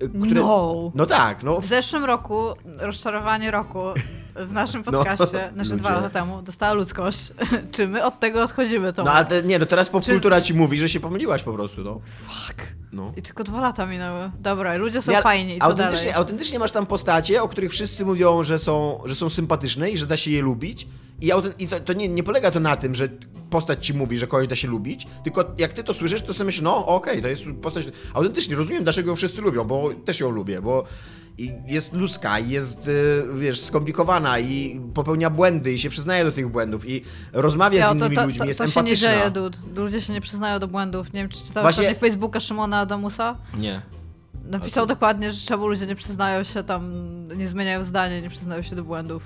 Speaker 4: no tak, no.
Speaker 2: W zeszłym roku, rozczarowanie roku w naszym podcaście, znaczy 2 lata temu, dostała ludzkość. Czy my od tego odchodzimy? To
Speaker 4: no ale nie, no teraz popkultura ci mówi, że się pomyliłaś po prostu, no.
Speaker 2: Fuck.
Speaker 4: No.
Speaker 2: I tylko 2 lata minęły. Dobra, ludzie są fajni i co dalej?
Speaker 4: Autentycznie masz tam postacie, o których wszyscy mówią, że są sympatyczne i że da się je lubić. I to nie polega to na tym, że postać ci mówi, że kogoś da się lubić, tylko jak ty to słyszysz, to sobie myślisz, no okej, to jest postać... Autentycznie rozumiem, dlaczego ją wszyscy lubią, bo też ją lubię, bo jest ludzka, jest, wiesz, skomplikowana i popełnia błędy i się przyznaje do tych błędów i rozmawia z innymi ludźmi, jest empatyczna.
Speaker 2: To się nie dzieje, dude. Ludzie się nie przyznają do błędów. Nie wiem, czy czytałeś właśnie Facebooka Szymona Adamusa?
Speaker 4: Nie.
Speaker 2: Napisał dokładnie, że czemu ludzie nie przyznają się tam, nie zmieniają zdania, nie przyznają się do błędów.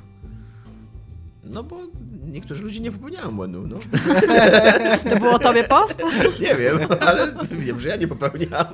Speaker 4: No bo niektórzy ludzie nie popełniają błędów, no.
Speaker 2: To było tobie post?
Speaker 4: Nie wiem, ale wiem, że ja nie popełniam.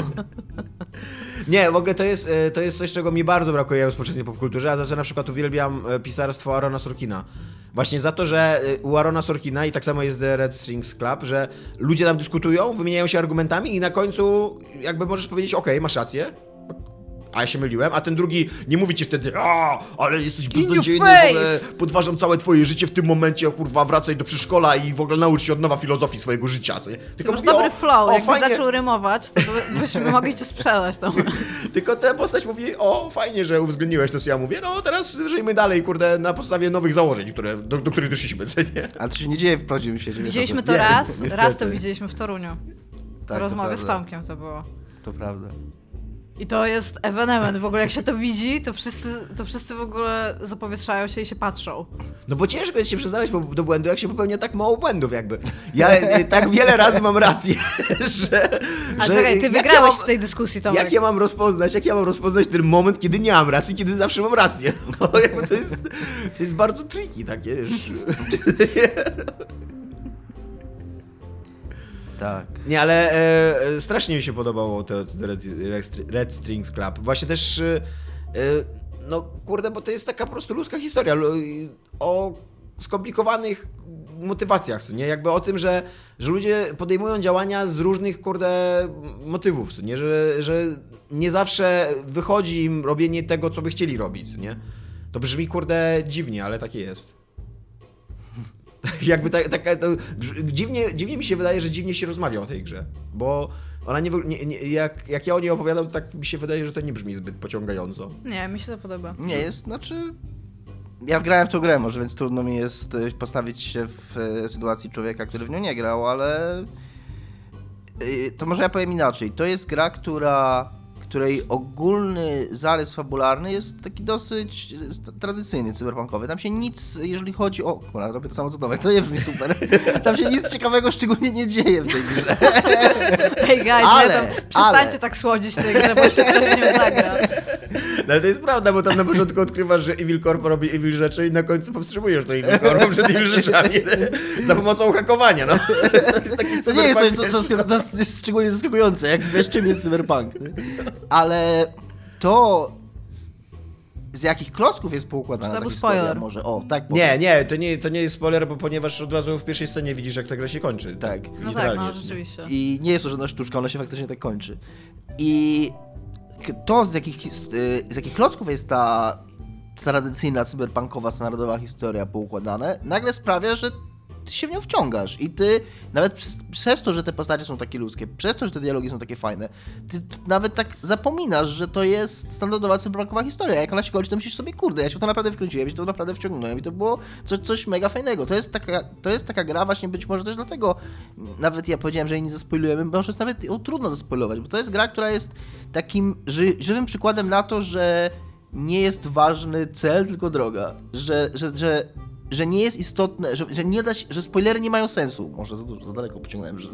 Speaker 4: Nie, w ogóle to jest coś, czego mi bardzo brakuje w współczesnej popkulturze, a za co na przykład uwielbiam pisarstwo Aarona Sorkina. Właśnie za to, że u Aarona Sorkina, i tak samo jest The Red Strings Club, że ludzie tam dyskutują, wymieniają się argumentami i na końcu jakby możesz powiedzieć, okej, masz rację, a ja się myliłem, a ten drugi nie mówi ci wtedy, ale jesteś beznadziejny, w ogóle podważam całe twoje życie w tym momencie, kurwa, wracaj do przedszkola i w ogóle naucz się od nowa filozofii swojego życia, co nie?
Speaker 2: Tylko masz dobry flow, jakbyś zaczął rymować, to byśmy mogli cię sprzedać tam.
Speaker 4: Tylko ta postać mówi, fajnie, że uwzględniłeś to, co ja mówię, no teraz żyjmy dalej, kurde, na podstawie nowych założeń, do których doszliśmy, co nie?
Speaker 3: Ale to się nie dzieje w prawdziwym świecie.
Speaker 2: Widzieliśmy to raz to widzieliśmy w Toruniu. W rozmowie z Tomkiem to było.
Speaker 3: To prawda.
Speaker 2: I to jest ewenement. W ogóle jak się to widzi, to wszyscy w ogóle zapowietrzają się i się patrzą.
Speaker 4: No bo ciężko jest się przyznawać do błędu, jak się popełnia tak mało błędów jakby. Ja tak wiele razy mam rację, że...
Speaker 2: A czekaj, ty wygrałeś w tej dyskusji, Tomek.
Speaker 4: Jak ja mam rozpoznać ten moment, kiedy nie mam racji, kiedy zawsze mam rację? No jakby to jest bardzo tricky takie, wiesz.
Speaker 3: Tak.
Speaker 4: Nie, ale strasznie mi się podobało to Red Strings Club. Właśnie też, no kurde, bo to jest taka po prostu ludzka historia o skomplikowanych motywacjach, co nie? Jakby o tym, że ludzie podejmują działania z różnych, kurde, motywów, co nie? Że nie zawsze wychodzi im robienie tego, co by chcieli robić, co nie? To brzmi, kurde, dziwnie, ale takie jest. Jakby dziwnie mi się wydaje, że dziwnie się rozmawia o tej grze, bo ona jak ja o niej opowiadam, to tak mi się wydaje, że to nie brzmi zbyt pociągająco.
Speaker 2: Nie, mi się to podoba.
Speaker 3: Nie jest, znaczy... Ja grałem w tą grę może, więc trudno mi jest postawić się w sytuacji człowieka, który w nią nie grał, ale... To może ja powiem inaczej. To jest gra, której ogólny zarys fabularny jest taki dosyć tradycyjny, cyberpunkowy. Tam się nic, jeżeli chodzi o... Kurwa, robię to samo co Tomek, to nie brzmi super. Tam się nic ciekawego szczególnie nie dzieje w tej grze.
Speaker 2: Hey guys, przestańcie tak słodzić tej grze, bo jeszcze ktoś w nią zagra.
Speaker 4: No ale to jest prawda, bo tam na początku odkrywasz, że Evil Corp robi evil rzeczy i na końcu powstrzymujesz to Evil Corp przed evil rzeczami za pomocą hakowania, no. To jest taki
Speaker 3: to nie jest coś, co jest szczególnie zaskakujące, jak wiesz, czym jest cyberpunk. Ale to, z jakich klocków jest poukładana ta historia, może. O, tak powiem.
Speaker 4: To nie jest spoiler, bo ponieważ od razu w pierwszej scenie widzisz, jak ta gra się kończy.
Speaker 3: Tak.
Speaker 2: No tak, no rzeczywiście.
Speaker 3: I nie jest to żadna sztuczka, ona się faktycznie tak kończy. I to, z jakich klocków jest ta tradycyjna, cyberpunkowa, standardowa historia poukładane, nagle sprawia, że ty się w nią wciągasz i ty nawet przez to, że te postacie są takie ludzkie, przez to, że te dialogi są takie fajne, ty nawet tak zapominasz, że to jest standardowa cyberpunkowa historia. Jak ona się kończy, to myślisz sobie, kurde, ja się w to naprawdę wkręciłem, ja się to naprawdę wciągnąłem i to było coś mega fajnego. To jest taka gra właśnie być może też dlatego, nawet ja powiedziałem, że jej nie zaspoilujemy, bo już nawet ją trudno zaspoilować, bo to jest gra, która jest takim żywym przykładem na to, że nie jest ważny cel, tylko droga. Że nie jest istotne, że nie da się, że spoilery nie mają sensu. Może za daleko pociągnąłem, że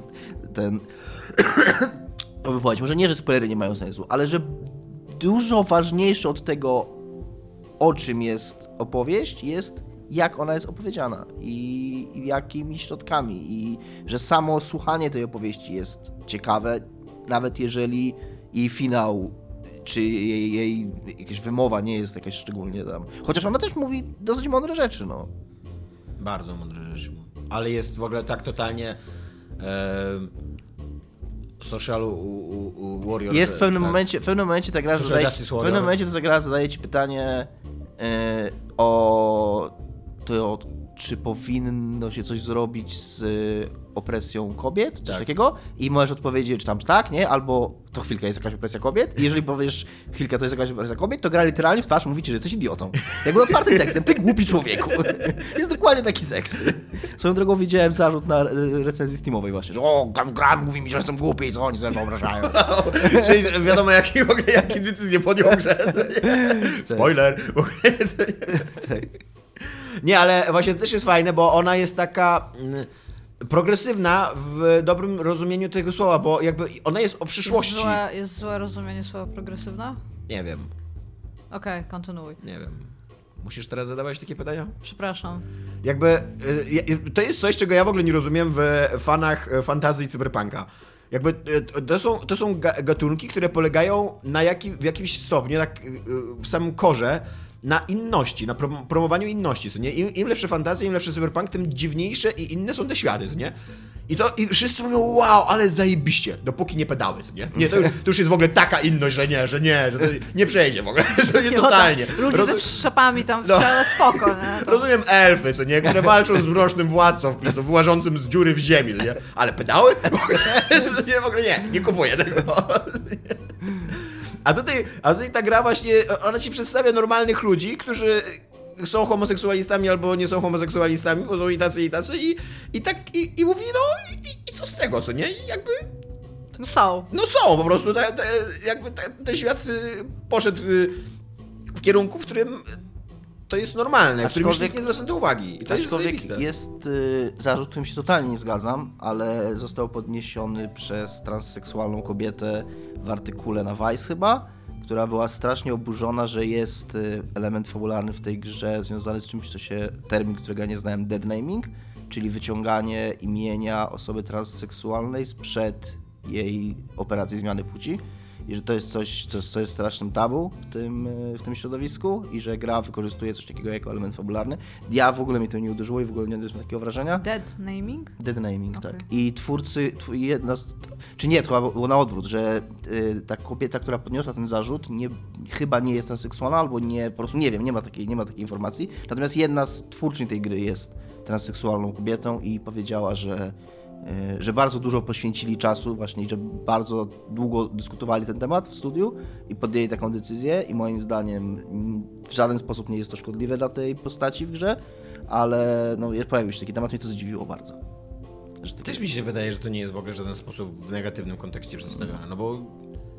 Speaker 3: wypowiedź. Może nie, że spoilery nie mają sensu, ale że dużo ważniejsze od tego, o czym jest opowieść, jest jak ona jest opowiedziana i jakimi środkami. I że samo słuchanie tej opowieści jest ciekawe, nawet jeżeli jej finał czy jej jakaś wymowa nie jest jakaś szczególnie tam. Chociaż ona też mówi dosyć mądre rzeczy, no.
Speaker 4: Bardzo mądre rzeczy. Ale jest w ogóle tak totalnie social warrior.
Speaker 3: Jest w pewnym momencie ta gra zadaje ci pytanie o to, czy powinno się coś zrobić z opresją kobiet, coś takiego, i możesz odpowiedzieć, czy tam tak, nie, albo to chwilka jest jakaś opresja kobiet, i jeżeli powiesz chwilka to jest jakaś opresja kobiet, to gra literalnie w twarz mówi ci, że jesteś idiotą. Jakby otwartym tekstem, ty głupi człowieku. Jest dokładnie taki tekst. Swoją drogą widziałem zarzut na recenzji Steamowej właśnie, że gra mówi mi, że jestem głupi, co oni ze mną obrażają.
Speaker 4: Czyli wiadomo, jakie decyzje podjął grze. Spoiler. Nie, ale właśnie to też jest fajne, bo ona jest taka progresywna w dobrym rozumieniu tego słowa, bo jakby ona jest o przyszłości.
Speaker 2: Jest złe rozumienie słowa progresywna?
Speaker 4: Nie wiem.
Speaker 2: Okej, kontynuuj.
Speaker 4: Nie wiem. Musisz teraz zadawać takie pytania?
Speaker 2: Przepraszam.
Speaker 4: Jakby to jest coś, czego ja w ogóle nie rozumiem w fanach fantasy i cyberpunka. Jakby to są gatunki, które polegają w jakimś stopniu, tak w samym korze, na inności, na promowaniu inności, co nie? Im lepsze fantazje, im lepszy cyberpunk, tym dziwniejsze i inne są te światy, co nie? I wszyscy mówią, wow, ale zajebiście, dopóki nie pedały, co nie? Nie, to już jest w ogóle taka inność, że to nie przejdzie w ogóle, to nie totalnie.
Speaker 2: Ludzie ze szczepami tam w ciele spoko, nie? To...
Speaker 4: Rozumiem elfy, co nie? Które walczą z mrocznym władcą, wyłażącym z dziury w ziemi, nie? Ale pedały? W ogóle nie kupuję tego. A tutaj ta gra właśnie, ona ci przedstawia normalnych ludzi, którzy są homoseksualistami albo nie są homoseksualistami, bo są i tacy, i mówi, i co z tego, co nie? I jakby...
Speaker 2: No są,
Speaker 4: po prostu, jakby ten świat poszedł w kierunku, w którym to jest normalne, w którym już nikt nie zwraca uwagi. I to jest zajebiste.
Speaker 3: Jest zarzut, którym się totalnie nie zgadzam, ale został podniesiony przez transseksualną kobietę w artykule na Vice chyba, która była strasznie oburzona, że jest element fabularny w tej grze związany z czymś, termin, którego ja nie znałem, deadnaming, czyli wyciąganie imienia osoby transseksualnej sprzed jej operacji zmiany płci. I że to jest coś, co jest strasznym tabu w tym środowisku i że gra wykorzystuje coś takiego jako element fabularny. Ja w ogóle mnie to nie uderzyło i w ogóle nie miałem takiego wrażenia.
Speaker 2: Deadnaming?
Speaker 3: Deadnaming,
Speaker 2: okay.
Speaker 3: Tak. I twórcy, to chyba było na odwrót, że ta kobieta, która podniosła ten zarzut, chyba nie jest transseksualna, albo nie, po prostu nie wiem, nie ma takiej informacji. Natomiast jedna z twórczyń tej gry jest transseksualną kobietą i powiedziała, że bardzo dużo poświęcili czasu właśnie i że bardzo długo dyskutowali ten temat w studiu i podjęli taką decyzję i moim w żaden sposób nie jest to szkodliwe dla tej postaci w grze, ale pojawił się taki temat, mnie to zdziwiło bardzo.
Speaker 4: Też mi się wydaje, że to nie jest w ogóle w żaden sposób w negatywnym kontekście przedstawione, no bo...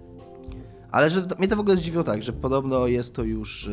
Speaker 3: Ale że mnie to w ogóle zdziwiło tak, że podobno jest to już...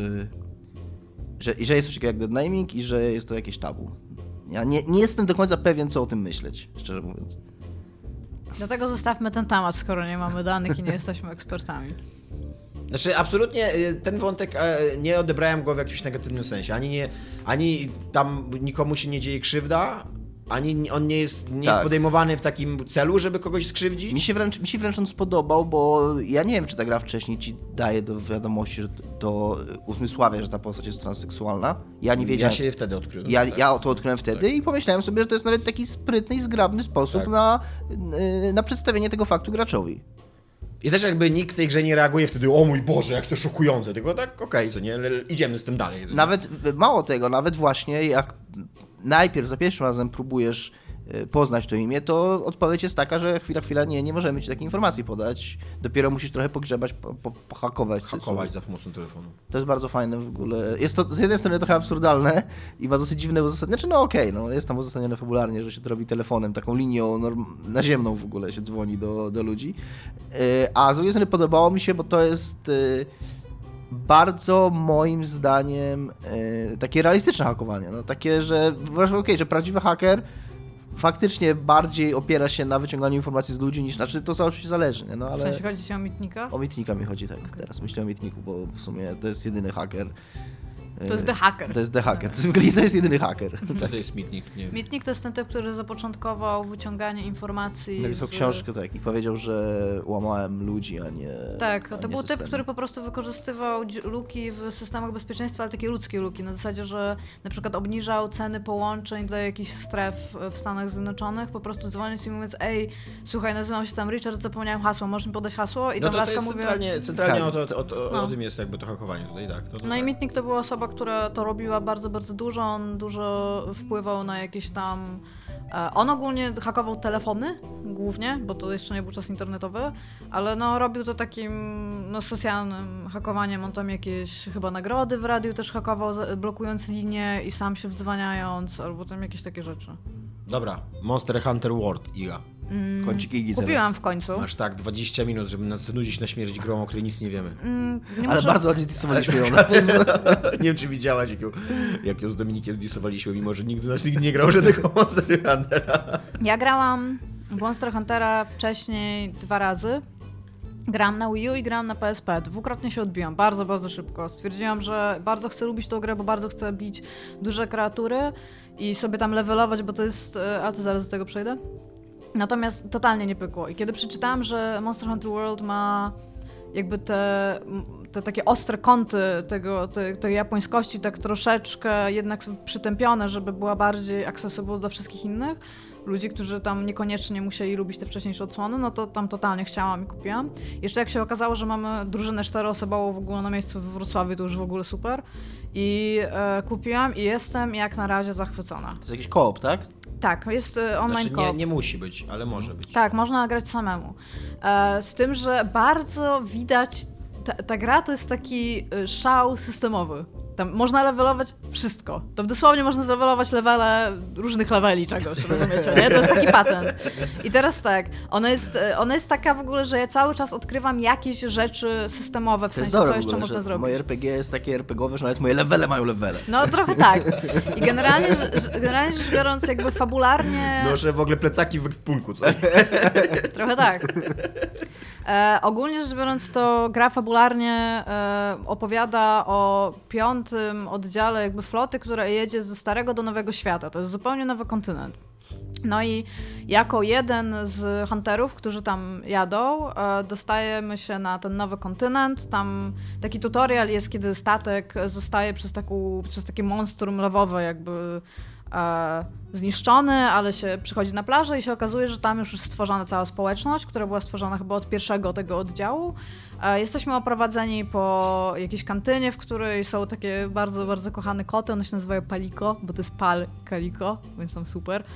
Speaker 3: że jest coś takiego jak deadnaming i że jest to jakieś tabu. Ja nie jestem do końca pewien, co o tym myśleć, szczerze mówiąc.
Speaker 2: Dlatego zostawmy ten temat, skoro nie mamy danych i nie jesteśmy ekspertami.
Speaker 4: Znaczy, absolutnie ten wątek nie odebrałem go w jakimś negatywnym sensie. Ani tam nikomu się nie dzieje krzywda, ani on nie jest podejmowany w takim celu, żeby kogoś skrzywdzić.
Speaker 3: Mi się wręcz on spodobał, bo ja nie wiem, czy ta gra wcześniej ci daje do wiadomości, że to uzmysławia, że ta postać jest transseksualna. Ja nie wiedziałem.
Speaker 4: Ja się wtedy odkryłem.
Speaker 3: Ja to odkryłem wtedy i pomyślałem sobie, że to jest nawet taki sprytny i zgrabny sposób na przedstawienie tego faktu graczowi.
Speaker 4: I też jakby nikt w tej grze nie reaguje wtedy, o mój Boże, jak to szokujące, tylko tak okej, co nie, idziemy z tym dalej.
Speaker 3: Nawet, mało tego, nawet właśnie jak najpierw za pierwszym razem próbujesz poznać to imię, to odpowiedź jest taka, że chwila, nie możemy ci takiej informacji podać. Dopiero musisz trochę pogrzebać, pohakować.
Speaker 4: Hakować za pomocą telefonu.
Speaker 3: To jest bardzo fajne w ogóle. Jest to z jednej strony trochę absurdalne i ma dosyć dziwne uzasadnienie. Znaczy, jest tam uzasadnione fabularnie, że się to robi telefonem, taką linią naziemną w ogóle się dzwoni do ludzi. A z drugiej strony podobało mi się, bo to jest bardzo moim zdaniem takie realistyczne hakowanie. Takie, że że prawdziwy haker faktycznie bardziej opiera się na wyciąganiu informacji z ludzi niż... Znaczy to oczywiście zależy, nie? Ale...
Speaker 2: W sensie chodzi ci o Mitnika?
Speaker 3: O Mitnika mi chodzi, tak. Okay. Teraz myślę o Mitniku, bo w sumie to jest jedyny haker.
Speaker 2: To jest The Hacker.
Speaker 3: To jest The Hacker. To jest jedyny haker.
Speaker 4: To jest Mitnick, nie wiem.
Speaker 2: Mitnick to jest ten typ, który zapoczątkował wyciąganie informacji
Speaker 3: Napisał książkę, tak, i powiedział, że łamałem ludzi, a nie
Speaker 2: Tak,
Speaker 3: a
Speaker 2: to
Speaker 3: nie
Speaker 2: był typ,
Speaker 3: systemy.
Speaker 2: który po prostu wykorzystywał luki w systemach bezpieczeństwa, ale takie ludzkie luki, na zasadzie, że na przykład obniżał ceny połączeń dla jakichś stref w Stanach Zjednoczonych, po prostu dzwoniąc i mówiąc: ej, słuchaj, nazywam się tam Richard, zapomniałem hasła, możesz mi podać hasło? I
Speaker 4: No
Speaker 2: tam
Speaker 4: to
Speaker 2: laska
Speaker 4: jest
Speaker 2: mówi...
Speaker 4: centralnie
Speaker 3: Tak.
Speaker 4: o tym jest jakby to hakowanie tutaj, tak.
Speaker 2: No i Mitnick to była osoba, która to robiła bardzo, bardzo dużo, on dużo wpływał na jakieś tam... On ogólnie hakował telefony głównie, bo to jeszcze nie był czas internetowy, ale no robił to takim socjalnym hakowaniem, on tam jakieś chyba nagrody w radiu też hakował, blokując linię i sam się wdzwaniając, albo tam jakieś takie rzeczy.
Speaker 4: Dobra, Monster Hunter World, Iga.
Speaker 3: Kącik Igi
Speaker 2: Kupiłam
Speaker 3: teraz.
Speaker 2: w końcu.
Speaker 4: Masz tak 20 minut, żeby nas nudzić na śmierć grą, o której nic nie wiemy.
Speaker 2: Nie
Speaker 3: Ale
Speaker 2: muszę...
Speaker 3: bardzo ładnie dysowaliśmy ją.
Speaker 4: Nie wiem, czy widziałaś, jak ją z Dominikiem disowaliśmy, mimo że nigdy nie grał żadnego Monster Huntera.
Speaker 2: Ja grałam w Monster Huntera wcześniej 2 razy. Gram na Wii U i gram na PSP. Dwukrotnie się odbiłam, bardzo, bardzo szybko. Stwierdziłam, że bardzo chcę lubić tą grę, bo bardzo chcę bić duże kreatury i sobie tam levelować, bo to jest... Ale to zaraz do tego przejdę. Natomiast totalnie nie pykło. I kiedy przeczytałam, że Monster Hunter World ma jakby te takie ostre kąty tej japońskości, tak troszeczkę jednak przytępione, żeby była bardziej accessible dla wszystkich innych ludzi, którzy tam niekoniecznie musieli lubić te wcześniejsze odsłony, no to tam totalnie chciałam i kupiłam. Jeszcze jak się okazało, że mamy drużynę 4-osobową w ogóle na miejscu w Wrocławiu, to już w ogóle super. I kupiłam i jestem jak na razie zachwycona.
Speaker 3: To jest jakiś koop, tak?
Speaker 2: Tak, jest online
Speaker 4: Znaczy,
Speaker 2: co-op.
Speaker 4: nie musi być, ale może być.
Speaker 2: Tak, można grać samemu. Z tym, że bardzo widać, ta gra to jest taki szał systemowy. Tam można levelować wszystko. Tam dosłownie można zlevelować levele różnych leveli czegoś, rozumiecie, nie? To jest taki patent. I teraz tak, ona jest taka w ogóle, że ja cały czas odkrywam jakieś rzeczy systemowe, w sensie co jeszcze można zrobić.
Speaker 3: Moje RPG jest takie RPGowe, że nawet moje levele mają levele.
Speaker 2: No trochę tak. I generalnie rzecz biorąc, jakby fabularnie...
Speaker 4: Noszę w ogóle plecaki w ekwipunku, co?
Speaker 2: Trochę tak. Ogólnie rzecz biorąc, to gra fabularnie opowiada o 5. oddziale jakby floty, która jedzie ze Starego do Nowego Świata. To jest zupełnie nowy kontynent. No i jako jeden z hunterów, którzy tam jadą, dostajemy się na ten nowy kontynent. Tam taki tutorial jest, kiedy statek zostaje przez takie monstrum lawowe jakby zniszczony, ale się przychodzi na plażę i się okazuje, że tam już jest stworzona cała społeczność, która była stworzona chyba od pierwszego tego oddziału. Jesteśmy oprowadzeni po jakiejś kantynie, w której są takie bardzo, bardzo kochane koty, one się nazywają Paliko, bo to jest Pal Kaliko, więc tam super.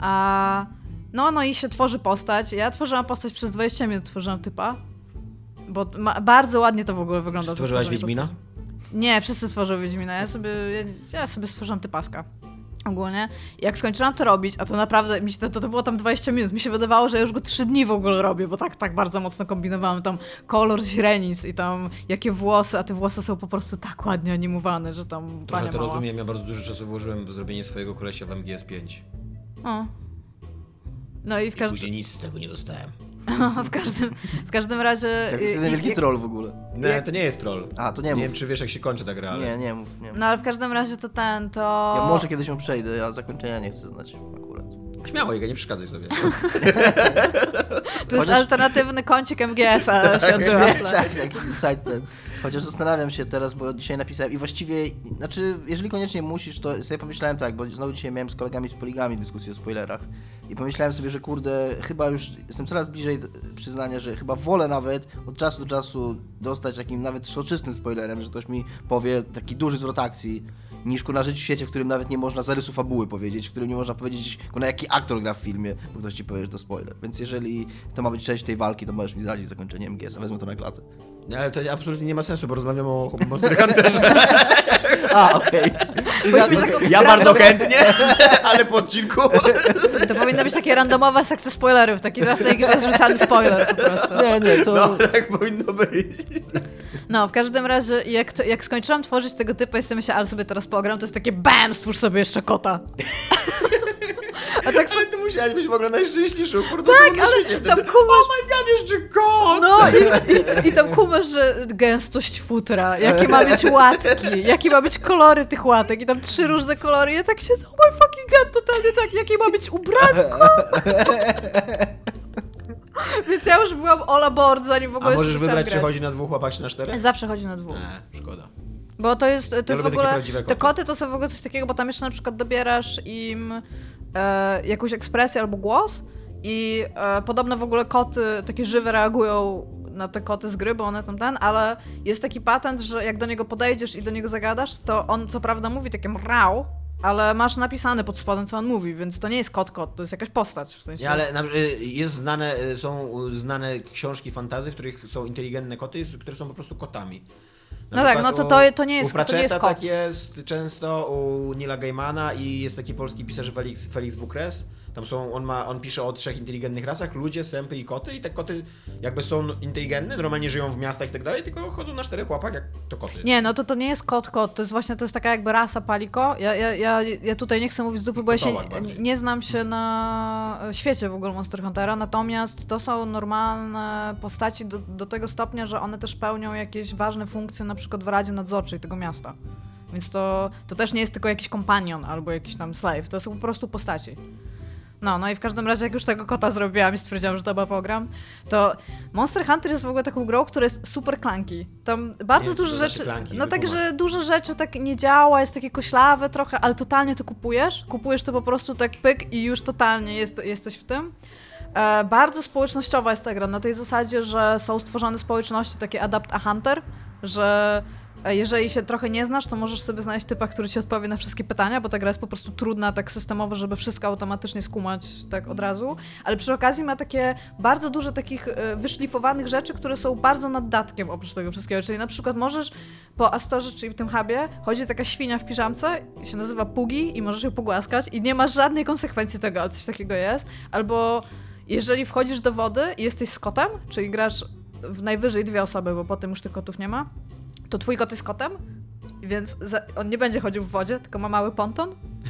Speaker 2: No i się tworzy postać. Ja tworzyłam postać przez 20 minut, tworzyłam typa, bo bardzo ładnie to w ogóle wygląda.
Speaker 4: Czy stworzyłaś Wiedźmina?
Speaker 2: Nie, wszyscy tworzą Wiedźmina. Ja sobie stworzyłam typaska. Ogólnie. I jak skończyłam to robić, a to naprawdę, to było tam 20 minut, mi się wydawało, że ja już go 3 dni w ogóle robię, bo tak bardzo mocno kombinowałam tam kolor źrenic i tam jakie włosy, a te włosy są po prostu tak ładnie animowane, że tam
Speaker 4: Trochę
Speaker 2: pania
Speaker 4: to
Speaker 2: mała.
Speaker 4: rozumiem, ja bardzo dużo czasu włożyłem w zrobienie swojego kolesia w MGS5.
Speaker 2: O. No i
Speaker 4: Później nic z tego nie dostałem.
Speaker 2: w każdym razie...
Speaker 3: To jest jeden wielki troll w ogóle.
Speaker 4: Nie, to nie jest troll.
Speaker 3: A, to nie
Speaker 4: Nie
Speaker 3: mów.
Speaker 4: wiem, czy wiesz, jak się kończy ta gra, ale...
Speaker 3: Nie mów.
Speaker 2: No ale w każdym razie to...
Speaker 3: Ja może kiedyś ją przejdę, ja zakończenia nie chcę znać akurat.
Speaker 4: Śmiało, Iga, nie przeszkadzaj sobie.
Speaker 2: To jest alternatywny kącik MGS-a się odbyła.
Speaker 3: Tak, side ten. Chociaż zastanawiam się teraz, bo dzisiaj napisałem i właściwie, znaczy, jeżeli koniecznie musisz, to sobie pomyślałem tak, bo znowu dzisiaj miałem z kolegami z Poligami dyskusję o spoilerach i pomyślałem sobie, że kurde, chyba już jestem coraz bliżej przyznania, że chyba wolę nawet od czasu do czasu dostać takim nawet soczystym spoilerem, że ktoś mi powie taki duży zwrot akcji, niż na życiu w świecie, w którym nawet nie można zarysu fabuły powiedzieć, w którym nie można powiedzieć, na jaki aktor gra w filmie, bo ktoś ci powie, że to spoiler. Więc jeżeli to ma być część tej walki, to możesz mi zdradzić zakończenie MGS-a, wezmę to na klatę.
Speaker 4: Nie, ale to absolutnie nie ma sensu, bo rozmawiam o Monster Hunterze.
Speaker 3: A, okej.
Speaker 4: Ja bardzo chętnie, ale po odcinku.
Speaker 2: To powinno być takie randomowe sekcje spoilerów, taki raz na jakiś raz rzucany spoiler po prostu.
Speaker 3: Nie, to...
Speaker 4: No, tak powinno być.
Speaker 2: No, w każdym razie, jak skończyłam tworzyć tego typu, ja sobie myślałam, ale sobie teraz pogram, to jest takie BAM, stwórz sobie jeszcze kota. A tak
Speaker 4: Ale ty musiałaś być w ogóle najszczęśliwszą kurde
Speaker 2: tak,
Speaker 4: na
Speaker 2: ale
Speaker 4: świecie
Speaker 2: tam
Speaker 4: wtedy.
Speaker 2: kumasz...
Speaker 4: Oh my god, jeszcze kot!
Speaker 2: No i tam kumasz, że gęstość futra, jakie ma być łatki, jakie ma być kolory tych łatek i tam 3 różne kolory. Ja tak siedzę, oh my fucking god, totalnie tak, jakie ma być ubranko. Więc ja już byłam all aboard, zanim w ogóle
Speaker 4: A możesz
Speaker 2: zaczęłam
Speaker 4: wybrać,
Speaker 2: grać.
Speaker 4: czy chodzi na 2 łapach, czy na 4?
Speaker 2: Zawsze chodzi na 2.
Speaker 4: Szkoda.
Speaker 2: Bo to jest
Speaker 4: lubię
Speaker 2: w
Speaker 4: takie
Speaker 2: ogóle,
Speaker 4: prawdziwe
Speaker 2: te
Speaker 4: koty.
Speaker 2: koty to są w ogóle coś takiego, bo tam jeszcze na przykład dobierasz im jakąś ekspresję albo głos i podobno w ogóle koty takie żywe reagują na te koty z gry, bo one tam ale jest taki patent, że jak do niego podejdziesz i do niego zagadasz, to on co prawda mówi takie mrau, ale masz napisane pod spodem, co on mówi, więc to nie jest kot, to jest jakaś postać. W sensie.
Speaker 4: Nie, ale są znane książki fantasy, w których są inteligentne koty, które są po prostu kotami. Na
Speaker 2: No tak,
Speaker 4: przykład
Speaker 2: no to nie jest,
Speaker 4: u Pratchetta
Speaker 2: to nie jest kot.
Speaker 4: tak jest często, u Neila Gaimana i jest taki polski pisarz Felix Bukres. Tam on pisze o 3 inteligentnych rasach, ludzie, sępy i koty i te koty jakby są inteligentne, normalnie żyją w miastach i tak dalej, tylko chodzą na 4 łapach jak to koty.
Speaker 2: Nie, no to nie jest kot, to jest taka jakby rasa paliko. Ja tutaj nie chcę mówić z dupy, bo ja się nie znam się na świecie w ogóle Monster Huntera, natomiast to są normalne postaci do tego stopnia, że one też pełnią jakieś ważne funkcje, na przykład w Radzie Nadzorczej tego miasta. Więc to też nie jest tylko jakiś kompanion albo jakiś tam slave, to są po prostu postaci. No i w każdym razie, jak już tego kota zrobiłam i stwierdziłam, że to pogram, to Monster Hunter jest w ogóle taką grą, która jest super clunky. Tam bardzo dużo rzeczy, że dużo rzeczy tak nie działa, jest takie koślawe trochę, ale totalnie to kupujesz to po prostu tak pyk i już totalnie jesteś w tym. Bardzo społecznościowa jest ta gra, na tej zasadzie, że są stworzone społeczności takie Adapt a Hunter, że jeżeli się trochę nie znasz, to możesz sobie znaleźć typa, który ci odpowie na wszystkie pytania, bo ta gra jest po prostu trudna tak systemowo, żeby wszystko automatycznie skumać tak od razu, ale przy okazji ma takie bardzo dużo takich wyszlifowanych rzeczy, które są bardzo naddatkiem oprócz tego wszystkiego, czyli na przykład możesz po Astorze, czyli w tym hubie, chodzi taka świnia w piżamce, się nazywa Pugi i możesz ją pogłaskać i nie masz żadnej konsekwencji tego, ale coś takiego jest, albo jeżeli wchodzisz do wody i jesteś z kotem, czyli grasz w najwyżej 2 osoby, bo potem już tych kotów nie ma, to twój kot jest kotem, więc on nie będzie chodził w wodzie, tylko ma mały ponton.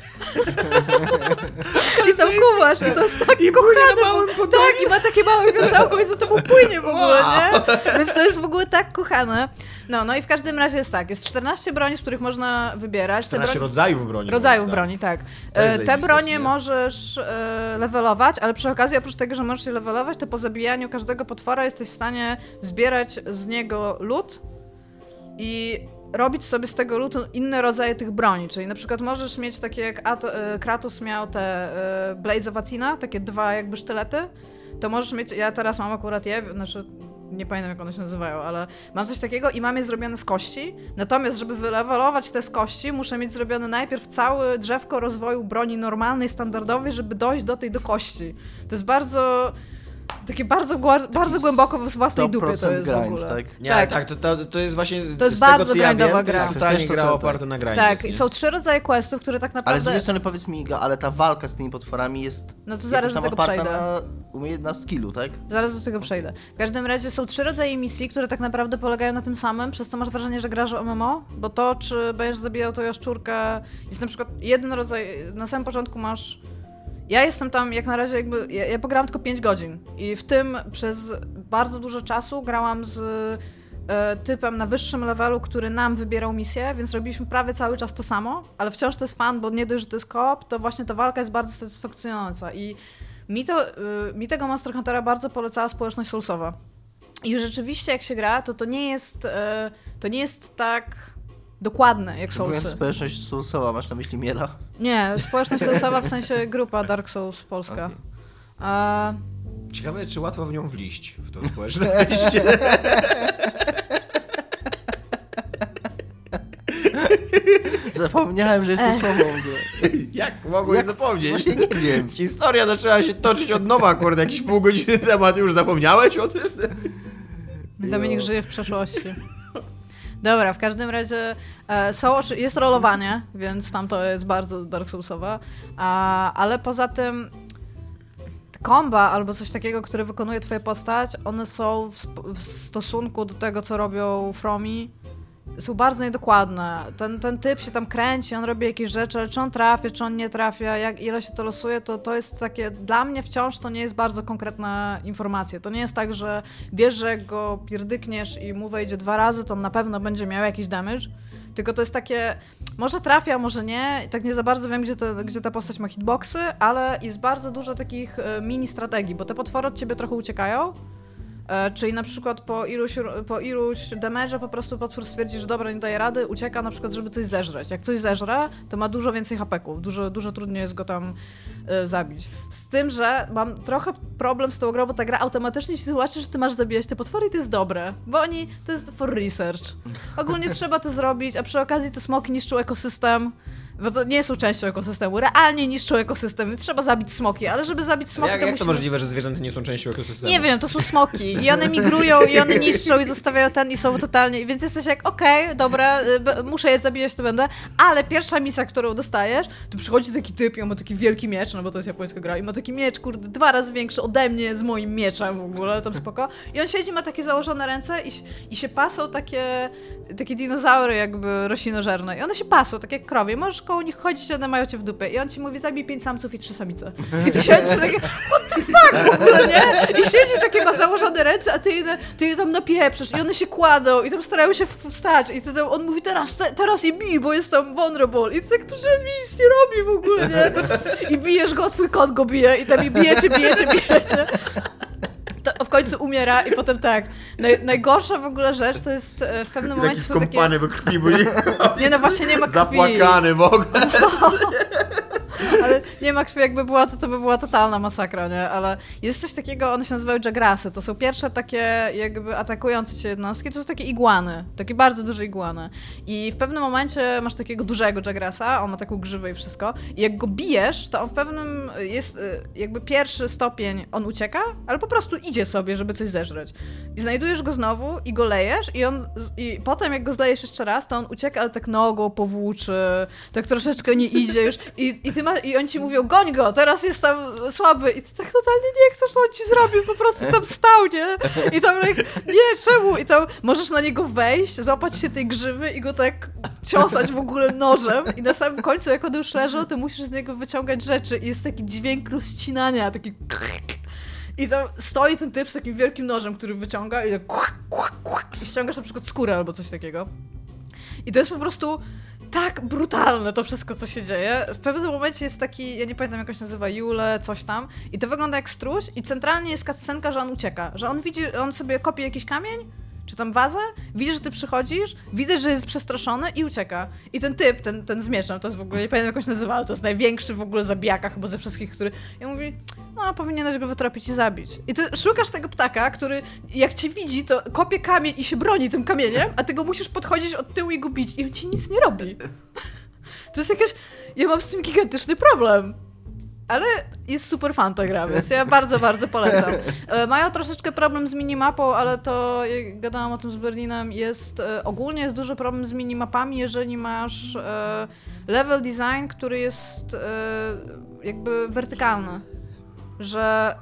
Speaker 2: I tam kumasz, i to jest tak kochane. Tak, i ma takie małe wiosełko i za tobą płynie w ogóle, nie? Więc to jest w ogóle tak kochane. No i w każdym razie jest tak, jest 14 broni, z których można wybierać.
Speaker 4: 14 rodzajów broni.
Speaker 2: Rodzajów broni, tak. Te bronie możesz levelować, ale przy okazji, oprócz tego, że możesz je levelować, to po zabijaniu każdego potwora jesteś w stanie zbierać z niego loot i robić sobie z tego lootu inne rodzaje tych broni, czyli na przykład możesz mieć takie jak Kratos miał te Blades of Athena, takie 2 jakby sztylety, to możesz mieć, ja teraz mam akurat znaczy nie pamiętam jak one się nazywają, ale mam coś takiego i mam je zrobione z kości, natomiast żeby wylewelować te z kości, muszę mieć zrobione najpierw całe drzewko rozwoju broni normalnej, standardowej, żeby dojść do kości. To jest bardzo głęboko w własnej dupie to jest
Speaker 3: grind,
Speaker 2: w ogóle.
Speaker 3: tak?
Speaker 4: Nie, tak, to jest właśnie
Speaker 2: to jest
Speaker 4: z
Speaker 2: bardzo
Speaker 4: tego, co ja
Speaker 2: grindowa
Speaker 4: wiem,
Speaker 2: gra.
Speaker 4: to jest totalnie gra
Speaker 3: tak.
Speaker 4: oparta na grindzie.
Speaker 2: Tak, i są 3 rodzaje questów, które tak naprawdę...
Speaker 3: Ale z drugiej strony powiedz mi, Iga, ale ta walka z tymi potworami jest...
Speaker 2: No to zaraz do tego przejdę.
Speaker 3: Na skillu, tak?
Speaker 2: Zaraz do tego przejdę. W każdym razie są 3 rodzaje misji, które tak naprawdę polegają na tym samym, przez co masz wrażenie, że grasz o MMO, bo to, czy będziesz zabijał tą jaszczurkę, jest na przykład jeden rodzaj, na samym początku masz... Ja jestem tam jak na razie jakby, ja pograłam tylko 5 godzin i w tym przez bardzo dużo czasu grałam z typem na wyższym levelu, który nam wybierał misję, więc robiliśmy prawie cały czas to samo, ale wciąż to jest fun, bo nie dość, że to jest co-op, to właśnie ta walka jest bardzo satysfakcjonująca i mi tego Monster Huntera bardzo polecała społeczność Soulsowa. I rzeczywiście jak się gra, to nie jest tak dokładne jak Soulsy.
Speaker 3: Mówiąc społeczność Soulsowa, masz na myśli Miela?
Speaker 2: Nie, społeczność Soulsowa w sensie grupa Dark Souls Polska. Okay.
Speaker 4: Ciekawe, czy łatwo w nią wliść, w tą społeczność.
Speaker 3: Zapomniałem, że jesteś słabą.
Speaker 4: Jak mogłeś zapomnieć?
Speaker 3: Właśnie nie wiem.
Speaker 4: Historia zaczęła się toczyć od nowa, kurde, jakieś pół godziny temat, już zapomniałeś o tym?
Speaker 2: Dominik żyje w przeszłości. Dobra, w każdym razie jest rolowanie, więc tam to jest bardzo Dark Soulsowe, ale poza tym komba albo coś takiego, które wykonuje twoja postać, one są w stosunku do tego, co robią Fromi, są bardzo niedokładne. Ten typ się tam kręci, on robi jakieś rzeczy, ale czy on trafia, czy on nie trafia, ile się to losuje, to jest takie, dla mnie wciąż to nie jest bardzo konkretna informacja. To nie jest tak, że wiesz, że jak go pierdykniesz i mu wejdzie 2 razy, to on na pewno będzie miał jakiś damage. Tylko to jest takie, może trafia, może nie, tak nie za bardzo wiem, gdzie ta postać ma hitboxy, ale jest bardzo dużo takich mini strategii, bo te potwory od ciebie trochę uciekają, czyli na przykład po iluś damage'a po prostu potwór stwierdzi, że dobra, nie daje rady, ucieka na przykład, żeby coś zeżreć. Jak coś zeżre, to ma dużo więcej hapeków, dużo trudniej jest go tam zabić. Z tym, że mam trochę problem z tą grą, bo ta gra automatycznie ci tłumaczy, że ty masz zabijać te potwory i to jest dobre, bo to jest for research. Ogólnie trzeba to zrobić, a przy okazji te smoki niszczą ekosystem, bo to nie są częścią ekosystemu, realnie niszczą ekosystem, więc trzeba zabić smoki, ale żeby zabić smoki
Speaker 4: jak to możliwe, że zwierzęta nie są częścią ekosystemu?
Speaker 2: Nie wiem, to są smoki i one migrują i one niszczą i zostawiają i są totalnie, więc jesteś jak okej, dobra, muszę je zabijać, to będę, ale pierwsza misja, którą dostajesz, to przychodzi taki typ i on ma taki wielki miecz, no bo to jest japońska gra i ma taki miecz, kurde, 2 razy większy ode mnie z moim mieczem w ogóle, tam spoko. I on siedzi, ma takie założone ręce i się pasą takie dinozaury jakby roślinożerne i one się pasą, tak jak krowie, możesz koło nich chodzić, one mają cię w dupę i on ci mówi, zabij 5 samców i 3 samice. I ty siedzi takie, what the fuck w ogóle, nie? I siedzi takie, ma założone ręce, a ty je tam napieprzysz i one się kładą i tam starają się wstać i on mówi, teraz je bij, bo jestem vulnerable i ty tak, to że mi nic nie robi w ogóle, nie? I bijesz go, twój kot go bije i tam i bijecie. To w końcu umiera i potem tak. Najgorsza w ogóle rzecz to jest w pewnym momencie
Speaker 4: taki
Speaker 2: są takie...
Speaker 4: skąpany we krwi, bo
Speaker 2: nie, no właśnie nie ma krwi.
Speaker 4: Zapłakany w ogóle.
Speaker 2: No. Ale nie ma krwi, jakby była to by była totalna masakra, nie? Ale jest coś takiego, one się nazywają jagrasy. To są pierwsze takie jakby atakujące cię jednostki, to są takie iguany, takie bardzo duże iguany. I w pewnym momencie masz takiego dużego jagrasa, on ma taką grzywę i wszystko. I jak go bijesz, to on w pewnym jest jakby pierwszy stopień, on ucieka, ale po prostu idzie sobie, żeby coś zeżreć. I znajdujesz go znowu i go lejesz i potem jak go zlejesz jeszcze raz, to on ucieka, ale tak nogą powłóczy, tak troszeczkę nie idzie już i oni ci mówią, goń go, teraz jest tam słaby i ty tak totalnie nie chcesz, co on ci zrobił, po prostu tam stał, nie? I tam nie, czemu? I tam możesz na niego wejść, złapać się tej grzywy i go tak ciosać w ogóle nożem i na samym końcu, jak on już leżał, to musisz z niego wyciągać rzeczy i jest taki dźwięk rozcinania, taki i tam stoi ten typ z takim wielkim nożem, który wyciąga i tak i ściągasz na przykład skórę albo coś takiego. I to jest po prostu tak brutalne to wszystko, co się dzieje. W pewnym momencie jest taki, ja nie pamiętam jak on się nazywa, Jule, coś tam. I to wygląda jak struś i centralnie jest cutscenka, że on ucieka. Że on widzi, on sobie kopie jakiś kamień, czy tam wazę, widzi, że ty przychodzisz, widać, że jest przestraszony i ucieka. I ten typ, ten z mieczem, to jest w ogóle, nie pamiętam jak on się nazywa, ale to jest największy w ogóle zabijaka chyba ze wszystkich, który... I mówi, no powinieneś go wytropić i zabić. I ty szukasz tego ptaka, który jak cię widzi, to kopie kamień i się broni tym kamieniem, a ty go musisz podchodzić od tyłu i go bić i on ci nic nie robi. To jest jakaś... Ja mam z tym gigantyczny problem. Ale jest super fan ta gra, więc ja bardzo, bardzo polecam. Mają troszeczkę problem z minimapą, ale to, jak gadałam o tym z Berlinem, ogólnie jest duży problem z minimapami, jeżeli masz level design, który jest jakby wertykalny. Że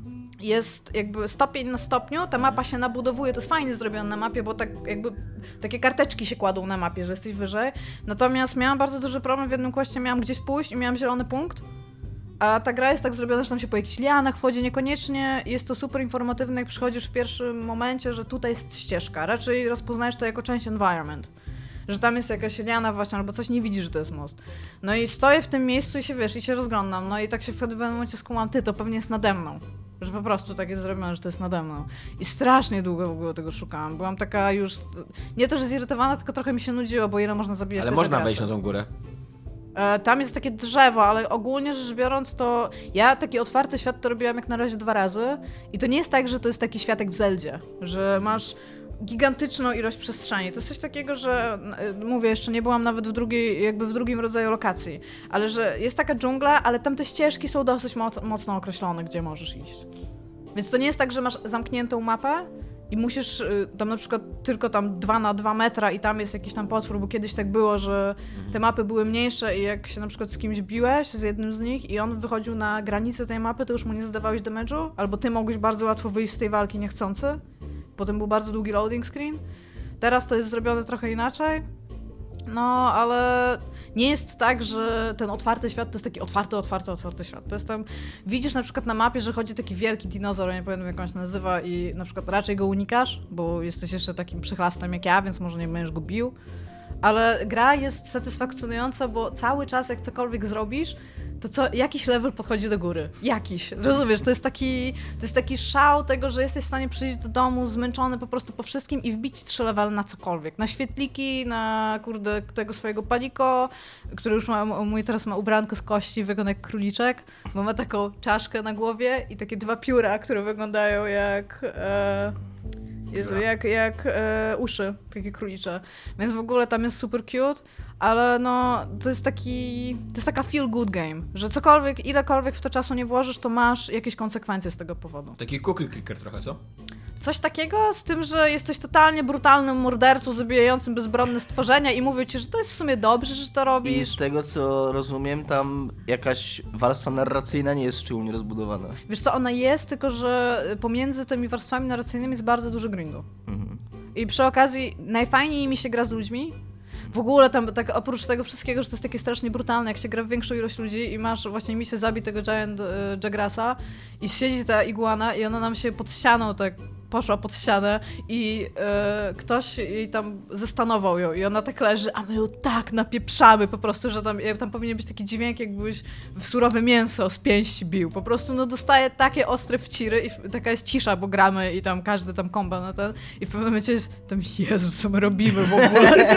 Speaker 2: jest jakby stopień na stopniu, ta mapa się nabudowuje, to jest fajnie zrobione na mapie, bo tak jakby takie karteczki się kładą na mapie, że jesteś wyżej. Natomiast miałam bardzo duży problem, w jednym questie miałam gdzieś pójść i miałam zielony punkt. A ta gra jest tak zrobiona, że tam się po jakichś lianach wchodzi niekoniecznie. Jest to super informatywne, jak przychodzisz w pierwszym momencie, że tutaj jest ścieżka. Raczej rozpoznajesz to jako część environment. Że tam jest jakaś liana właśnie, albo coś, nie widzisz, że to jest most. No i stoję w tym miejscu i się, i się rozglądam. No i tak się w pewnym momencie skumam, to pewnie jest nade mną. Że po prostu tak jest zrobione, że to jest nade mną. I strasznie długo w ogóle tego szukałam. Byłam taka już, nie to, że zirytowana, tylko trochę mi się nudziło, bo ile można zabijać.
Speaker 4: Ale można wejść na tą górę.
Speaker 2: Tam jest takie drzewo, ale ogólnie rzecz biorąc to ja taki otwarty świat to robiłam jak na razie 2 razy i to nie jest tak, że to jest taki świat jak w Zeldzie, że masz gigantyczną ilość przestrzeni. To jest coś takiego, że mówię, jeszcze nie byłam nawet w drugim rodzaju lokacji, ale że jest taka dżungla, ale tam te ścieżki są dosyć mocno określone, gdzie możesz iść. Więc to nie jest tak, że masz zamkniętą mapę i musisz tam na przykład tylko tam 2 na 2 metra i tam jest jakiś tam potwór, bo kiedyś tak było, że te mapy były mniejsze i jak się na przykład z kimś biłeś, z jednym z nich i on wychodził na granicę tej mapy, to już mu nie zadawałeś damage'u, albo ty mogłeś bardzo łatwo wyjść z tej walki niechcący. Potem był bardzo długi loading screen. Teraz to jest zrobione trochę inaczej, no ale nie jest tak, że ten otwarty świat to jest taki otwarty świat. To jest tam, widzisz na przykład na mapie, że chodzi taki wielki dinozaur, nie pamiętam jak on się nazywa i na przykład raczej go unikasz, bo jesteś jeszcze takim przychlastem jak ja, więc może nie będziesz go bił. Ale gra jest satysfakcjonująca, bo cały czas jak cokolwiek zrobisz, to jakiś level podchodzi do góry. Jakiś. Rozumiesz? To jest taki szał tego, że jesteś w stanie przyjść do domu zmęczony po prostu po wszystkim i wbić 3 levely na cokolwiek. Na świetliki, na tego swojego paliko, który już mój teraz ma ubranko z kości, wygląda jak króliczek, bo ma taką czaszkę na głowie i takie 2 pióra, które wyglądają jak... Jezu, jak uszy, takie królicze. Więc w ogóle tam jest super cute, ale no to jest taka feel good game, że cokolwiek, ilekolwiek w to czasu nie włożysz, to masz jakieś konsekwencje z tego powodu.
Speaker 4: Taki cookie clicker trochę, co?
Speaker 2: Coś takiego, z tym, że jesteś totalnie brutalnym mordercą zabijającym bezbronne stworzenia i mówię ci, że to jest w sumie dobrze, że to robisz.
Speaker 3: I z tego co rozumiem, tam jakaś warstwa narracyjna nie jest szczególnie rozbudowana.
Speaker 2: Wiesz co, ona jest, tylko że pomiędzy tymi warstwami narracyjnymi jest bardzo dużo grindu. I przy okazji najfajniej mi się gra z ludźmi. W ogóle tam tak oprócz tego wszystkiego, że to jest takie strasznie brutalne, jak się gra w większą ilość ludzi i masz właśnie misję zabij tego Giant Jaggrasa i siedzi ta iguana i ona nam się pod ścianą tak poszła pod ścianę i ktoś jej tam zastanował ją i ona tak leży, a my ją tak napieprzamy po prostu, że tam powinien być taki dźwięk, jakbyś w surowe mięso z pięści bił. Po prostu no dostaje takie ostre wciry i taka jest cisza, bo gramy i tam każdy tam komba na ten i w pewnym momencie jest tam Jezu, co my robimy w ogóle?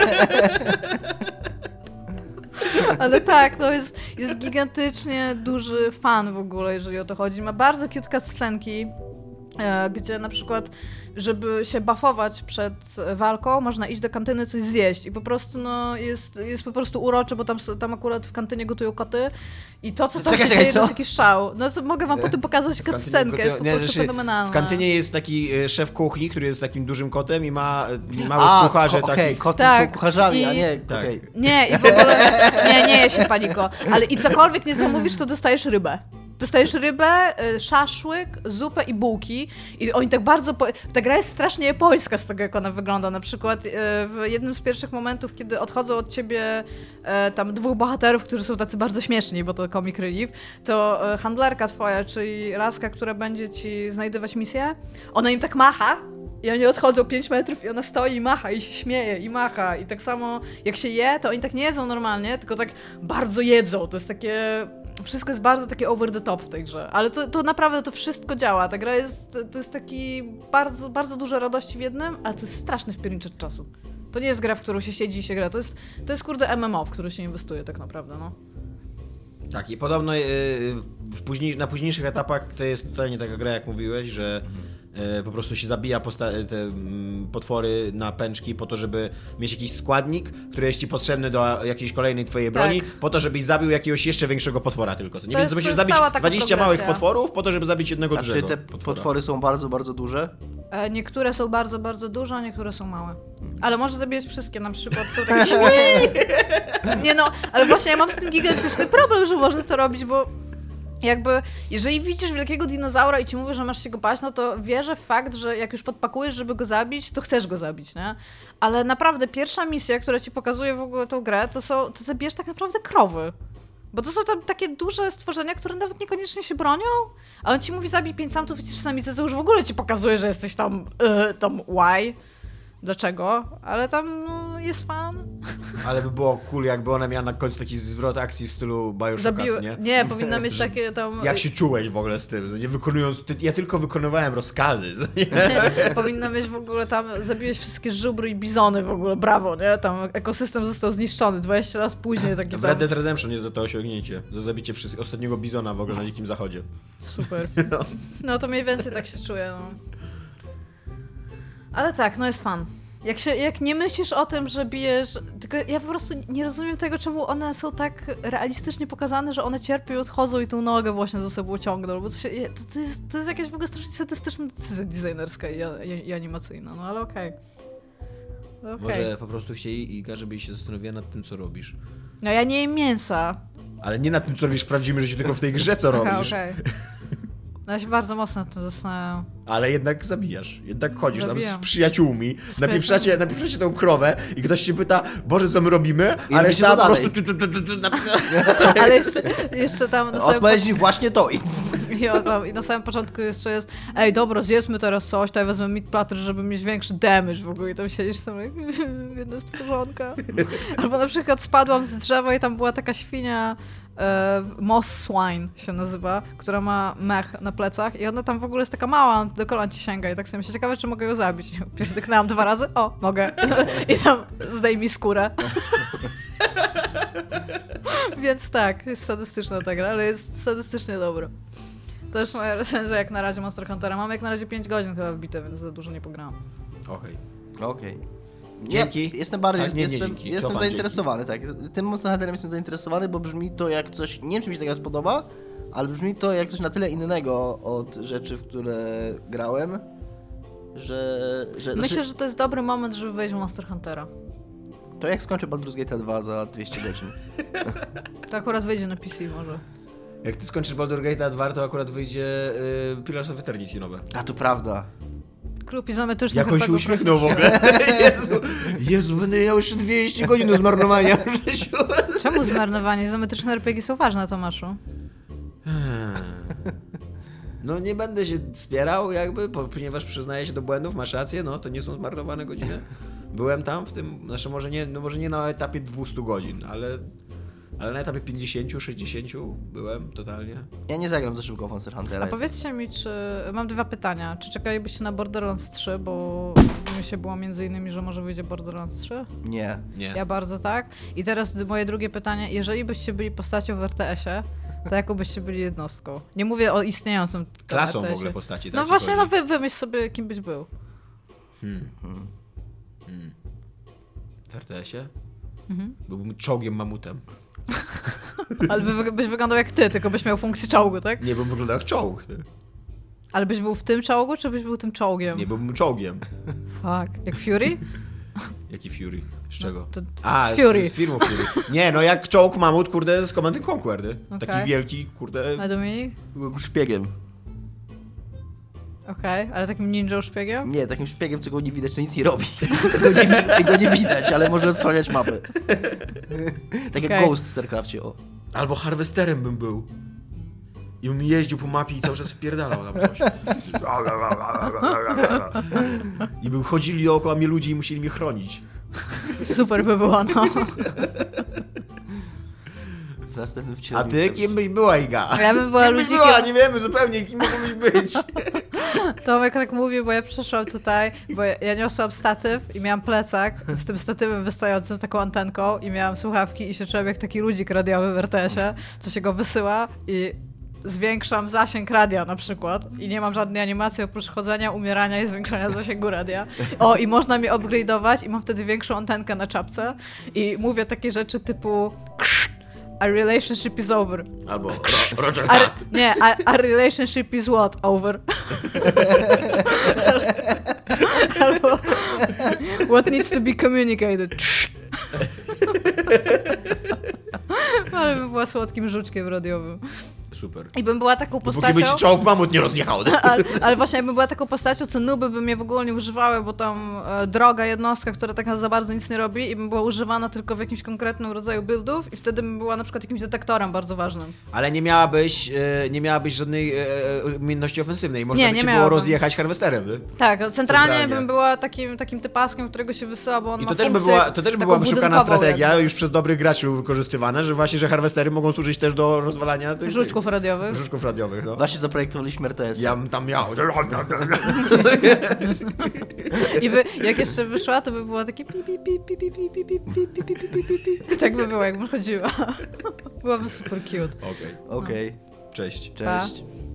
Speaker 2: Ale tak, to jest gigantycznie duży fan w ogóle, jeżeli o to chodzi. Ma bardzo cute scenki, gdzie na przykład, żeby się buffować przed walką, można iść do kantyny coś zjeść i po prostu no, jest po prostu urocze, bo tam akurat w kantynie gotują koty i to, co tam się dzieje, to jest jakiś szał. No co, mogę wam potem pokazać scenkę, jest po prostu fenomenalna.
Speaker 4: W kantynie jest taki szef kuchni, który jest takim dużym kotem i ma małych kucharzy.
Speaker 3: Okej, koty są kucharzami, a nie...
Speaker 4: Tak.
Speaker 3: Okay.
Speaker 2: Nie, i w ogóle... Nie je się paliko. Ale i cokolwiek nie zamówisz, to dostajesz rybę. Dostajesz rybę, szaszłyk, zupę i bułki i oni tak bardzo... Ta gra jest strasznie japońska z tego, jak ona wygląda. Na przykład w jednym z pierwszych momentów, kiedy odchodzą od ciebie tam 2 bohaterów, którzy są tacy bardzo śmieszni, bo to comic relief, to handlerka twoja, czyli laska, która będzie ci znajdywać misję, ona im tak macha i oni odchodzą 5 metrów i ona stoi i macha i się śmieje i macha. I tak samo jak się je, to oni tak nie jedzą normalnie, tylko tak bardzo jedzą. To jest takie... Wszystko jest bardzo takie over the top w tej grze, ale to naprawdę to wszystko działa. Ta gra to jest taki bardzo, bardzo dużo radości w jednym, ale to jest straszny wpierniczek czasu. To nie jest gra, w którą się siedzi i się gra, to jest kurde MMO, w który się inwestuje tak naprawdę, no.
Speaker 4: Tak, i podobno na późniejszych etapach to jest totalnie taka gra, jak mówiłeś, że po prostu się zabija te potwory na pęczki po to, żeby mieć jakiś składnik, który jest ci potrzebny do jakiejś kolejnej twojej broni, po to, żebyś zabił jakiegoś jeszcze większego potwora tylko. Nie więc musisz zabić 20 małych potworów po to, żeby zabić jednego dużego
Speaker 3: te potwory są bardzo, bardzo duże?
Speaker 2: Niektóre są bardzo, bardzo duże, a niektóre są małe. Ale możesz zabijać wszystkie, na przykład są takie świnie. Nie no, ale właśnie ja mam z tym gigantyczny problem, że można to robić, bo jakby, jeżeli widzisz wielkiego dinozaura i ci mówię, że masz się go bać, no to wierzę w fakt, że jak już podpakujesz, żeby go zabić, to chcesz go zabić, nie? Ale naprawdę pierwsza misja, która ci pokazuje w ogóle tą grę, to zabijesz tak naprawdę krowy. Bo to są tam takie duże stworzenia, które nawet niekoniecznie się bronią, a on ci mówi zabij 5 samców i 3 samice, to już w ogóle ci pokazuje, że jesteś tam why? Dlaczego? Ale tam no, jest fan.
Speaker 4: Ale by było cool, jakby ona miała na końcu taki zwrot akcji w stylu Bioshocka, nie?
Speaker 2: Nie, powinna mieć takie tam...
Speaker 4: Jak się czułeś w ogóle z tym? Nie wykonując... Ja tylko wykonywałem rozkazy.
Speaker 2: Powinna mieć w ogóle tam... Zabiłeś wszystkie żubry i bizony w ogóle, brawo, nie? Tam ekosystem został zniszczony 20 lat później. Taki
Speaker 4: w Red Dead Redemption jest to osiągnięcie. Za zabicie ostatniego bizona w ogóle na Dzikim Zachodzie.
Speaker 2: Super. No to mniej więcej tak się czuję, no. Ale tak, no jest fan. Jak nie myślisz o tym, że bijesz... Tylko ja po prostu nie rozumiem tego, czemu one są tak realistycznie pokazane, że one cierpią i odchodzą i tą nogę właśnie ze sobą ciągną, bo to jest jakaś w ogóle strasznie sadystyczna decyzja designerska i animacyjna, no ale okej.
Speaker 4: Może po prostu chcieli, Iga, żebyś się zastanowiła nad tym, co robisz.
Speaker 2: No ja nie jem mięsa.
Speaker 4: Ale nie nad tym, co robisz w prawdziwym życiu, tylko w tej grze, co robisz.
Speaker 2: Okej. No ja się bardzo mocno nad tym zastanawiam.
Speaker 4: Ale jednak zabijasz. Jednak chodzisz tam
Speaker 2: Zabijam.
Speaker 4: z przyjaciółmi, napieprzacie tą krowę i ktoś się pyta, Boże, co my robimy?
Speaker 3: I
Speaker 4: A
Speaker 3: robicie
Speaker 4: reszta
Speaker 3: to
Speaker 4: po
Speaker 3: dalej.
Speaker 4: prostu
Speaker 2: Ale jeszcze tam na samym
Speaker 3: Odpowiedź właśnie to.
Speaker 2: I na samym początku jeszcze jest ej, dobra, zjedzmy teraz coś, to ja wezmę meat platter, żeby mieć większy damage w ogóle i tam siedzisz tam jak jedna stworzonka. Albo na przykład spadłam z drzewa i tam była taka świnia moss swine się nazywa, która ma mech na plecach i ona tam w ogóle jest taka mała, do kolan ci sięga i tak sobie myślę, ciekawe, czy mogę ją zabić. Pierdyknęłam 2 razy, o, mogę. I tam zdejmij skórę. Więc tak, jest sadystyczna ta gra, ale jest sadystycznie dobra. To jest moja recenzja jak na razie Monster Huntera. Mam jak na razie 5 godzin chyba wbite, więc za dużo nie pograłam.
Speaker 4: Okej.
Speaker 3: Dzięki. Jestem bardziej
Speaker 4: Tak, nie, dzięki.
Speaker 3: jestem
Speaker 4: Co pan
Speaker 3: zainteresowany, tak. Tym Monster Hunterem jestem zainteresowany, bo brzmi to jak coś, nie wiem czy mi się ta gra spodoba, ale brzmi to jak coś na tyle innego od rzeczy, w które grałem, że
Speaker 2: Myślę, że to jest dobry moment, żeby wejść w Monster Huntera.
Speaker 3: To jak skończę Baldur's Gate 2 za 200 godzin.
Speaker 2: To akurat wyjdzie na PC może.
Speaker 4: Jak ty skończysz Baldur's Gate 2, to akurat wyjdzie Pillars of Eternity nowe.
Speaker 3: A to prawda.
Speaker 2: Klub izometryczny.
Speaker 4: Jak on się uśmiechnął w ogóle. Jezu, będę miał jeszcze 200 godzin do zmarnowania w życiu.
Speaker 2: Czemu zmarnowanie? Izometryczne RPG są ważne, Tomaszu.
Speaker 4: No nie będę się spierał jakby, ponieważ przyznaję się do błędów, masz rację, no to nie są zmarnowane godziny. Byłem tam w tym, znaczy może nie na etapie 200 godzin, ale na etapie 50, 60 byłem totalnie.
Speaker 3: Ja nie zagram za szybko w Monster Huntera.
Speaker 2: A powiedzcie mi, czy... Mam 2 pytania. Czy czekalibyście na Borderlands 3, bo myślę było między innymi, że może wyjdzie Borderlands 3?
Speaker 3: Nie.
Speaker 2: Ja bardzo tak. I teraz moje drugie pytanie. Jeżeli byście byli postacią w RTS-ie, to jaką byście byli jednostką? Nie mówię o istniejącym
Speaker 4: Klasą
Speaker 2: RTS-ie.
Speaker 4: w ogóle postaci. Tak
Speaker 2: No właśnie, no wymyśl sobie, kim byś był.
Speaker 4: W RTS-ie?
Speaker 2: Mhm.
Speaker 4: Byłbym czołgiem mamutem.
Speaker 2: Ale byś wyglądał jak ty, tylko byś miał funkcję czołgu, tak?
Speaker 4: Nie, bym wyglądał jak czołg.
Speaker 2: Ale byś był w tym czołgu, czy byś był tym czołgiem?
Speaker 4: Nie, byłbym czołgiem.
Speaker 2: Fuck. Jak Fury?
Speaker 4: Jaki Fury? Z czego?
Speaker 2: To
Speaker 4: A,
Speaker 2: z Fury.
Speaker 4: z filmu Fury. Nie, no jak czołg mamut, kurde, z Command & Conquer, nie?
Speaker 2: Okej.
Speaker 4: Taki wielki, kurde.
Speaker 2: A Dominik?
Speaker 3: Byłem szpiegiem.
Speaker 2: Okej, ale takim ninja szpiegiem?
Speaker 3: Nie, takim szpiegiem, co go nie widać, to nic nie robi. Go nie widać, ale może odsłaniać mapę. Tak jak
Speaker 2: Okej.
Speaker 3: Ghost w StarCrafcie, o.
Speaker 4: Albo harwesterem bym był. I bym jeździł po mapie i cały czas wpierdalał tam coś. I by chodzili dookoła mnie ludzie i musieli mnie chronić.
Speaker 2: Super by było, no.
Speaker 3: W następnym
Speaker 4: A
Speaker 3: wcieleniu.
Speaker 4: ty kim byś była, Iga?
Speaker 2: A ja bym była
Speaker 4: Kim byś
Speaker 2: ludzikiem.
Speaker 4: była? Nie wiemy zupełnie, kim mogłabyś być.
Speaker 2: Tomek tak mówi, bo ja przyszłam tutaj, bo ja niosłam statyw i miałam plecak z tym statywem wystającym, taką antenką i miałam słuchawki i się czułam jak taki ludzik radiowy w RTS-ie, co się go wysyła i zwiększam zasięg radia na przykład i nie mam żadnej animacji oprócz chodzenia, umierania i zwiększania zasięgu radia. O, i można mnie upgrade'ować i mam wtedy większą antenkę na czapce i mówię takie rzeczy typu a relationship is over.
Speaker 4: Albo Roger
Speaker 2: A,
Speaker 4: Cat.
Speaker 2: nie, a relationship is what? Over. Albo what needs to be communicated. Ale bym była słodkim żuczkiem radiowym.
Speaker 4: Super.
Speaker 2: I bym była taką
Speaker 4: Póki
Speaker 2: postacią...
Speaker 4: by ci czołg mamut nie rozjechał.
Speaker 2: Ale właśnie jakbym była taką postacią, co nuby by mnie w ogóle nie używały, bo tam droga jednostka, która tak za bardzo nic nie robi i bym była używana tylko w jakimś konkretnym rodzaju buildów i wtedy bym była na przykład jakimś detektorem bardzo ważnym.
Speaker 4: Ale nie miałabyś żadnej umiejętności ofensywnej. Można
Speaker 2: Nie,
Speaker 4: by
Speaker 2: nie
Speaker 4: cię było
Speaker 2: miałabym.
Speaker 4: rozjechać harwesterem. Nie?
Speaker 2: Tak, centralnie
Speaker 4: Centralnie.
Speaker 2: bym była takim typaskiem, którego się wysyła, bo on
Speaker 4: I
Speaker 2: ma
Speaker 4: to też by
Speaker 2: funkcję
Speaker 4: była,
Speaker 2: taką
Speaker 4: była wyszukana
Speaker 2: budynkową
Speaker 4: strategia,
Speaker 2: jakby.
Speaker 4: już przez dobrych graczy wykorzystywana, że właśnie, że harwestery mogą służyć też do rozwalania tych
Speaker 2: Żuczków radiowych.
Speaker 4: żuczków radiowych. No.
Speaker 3: Właśnie zaprojektowaliśmy RTS.
Speaker 4: Ja bym tam miał.
Speaker 2: I jak jeszcze wyszła, to by było takie pi, pi, pi, pi, pi, pi, pi, pi, pi, pi, pi, pi, pi, pi. Tak by było, jakbym chodziła. Byłaby super cute.
Speaker 4: Okej.
Speaker 3: Okej.
Speaker 4: Cześć.
Speaker 3: Cześć.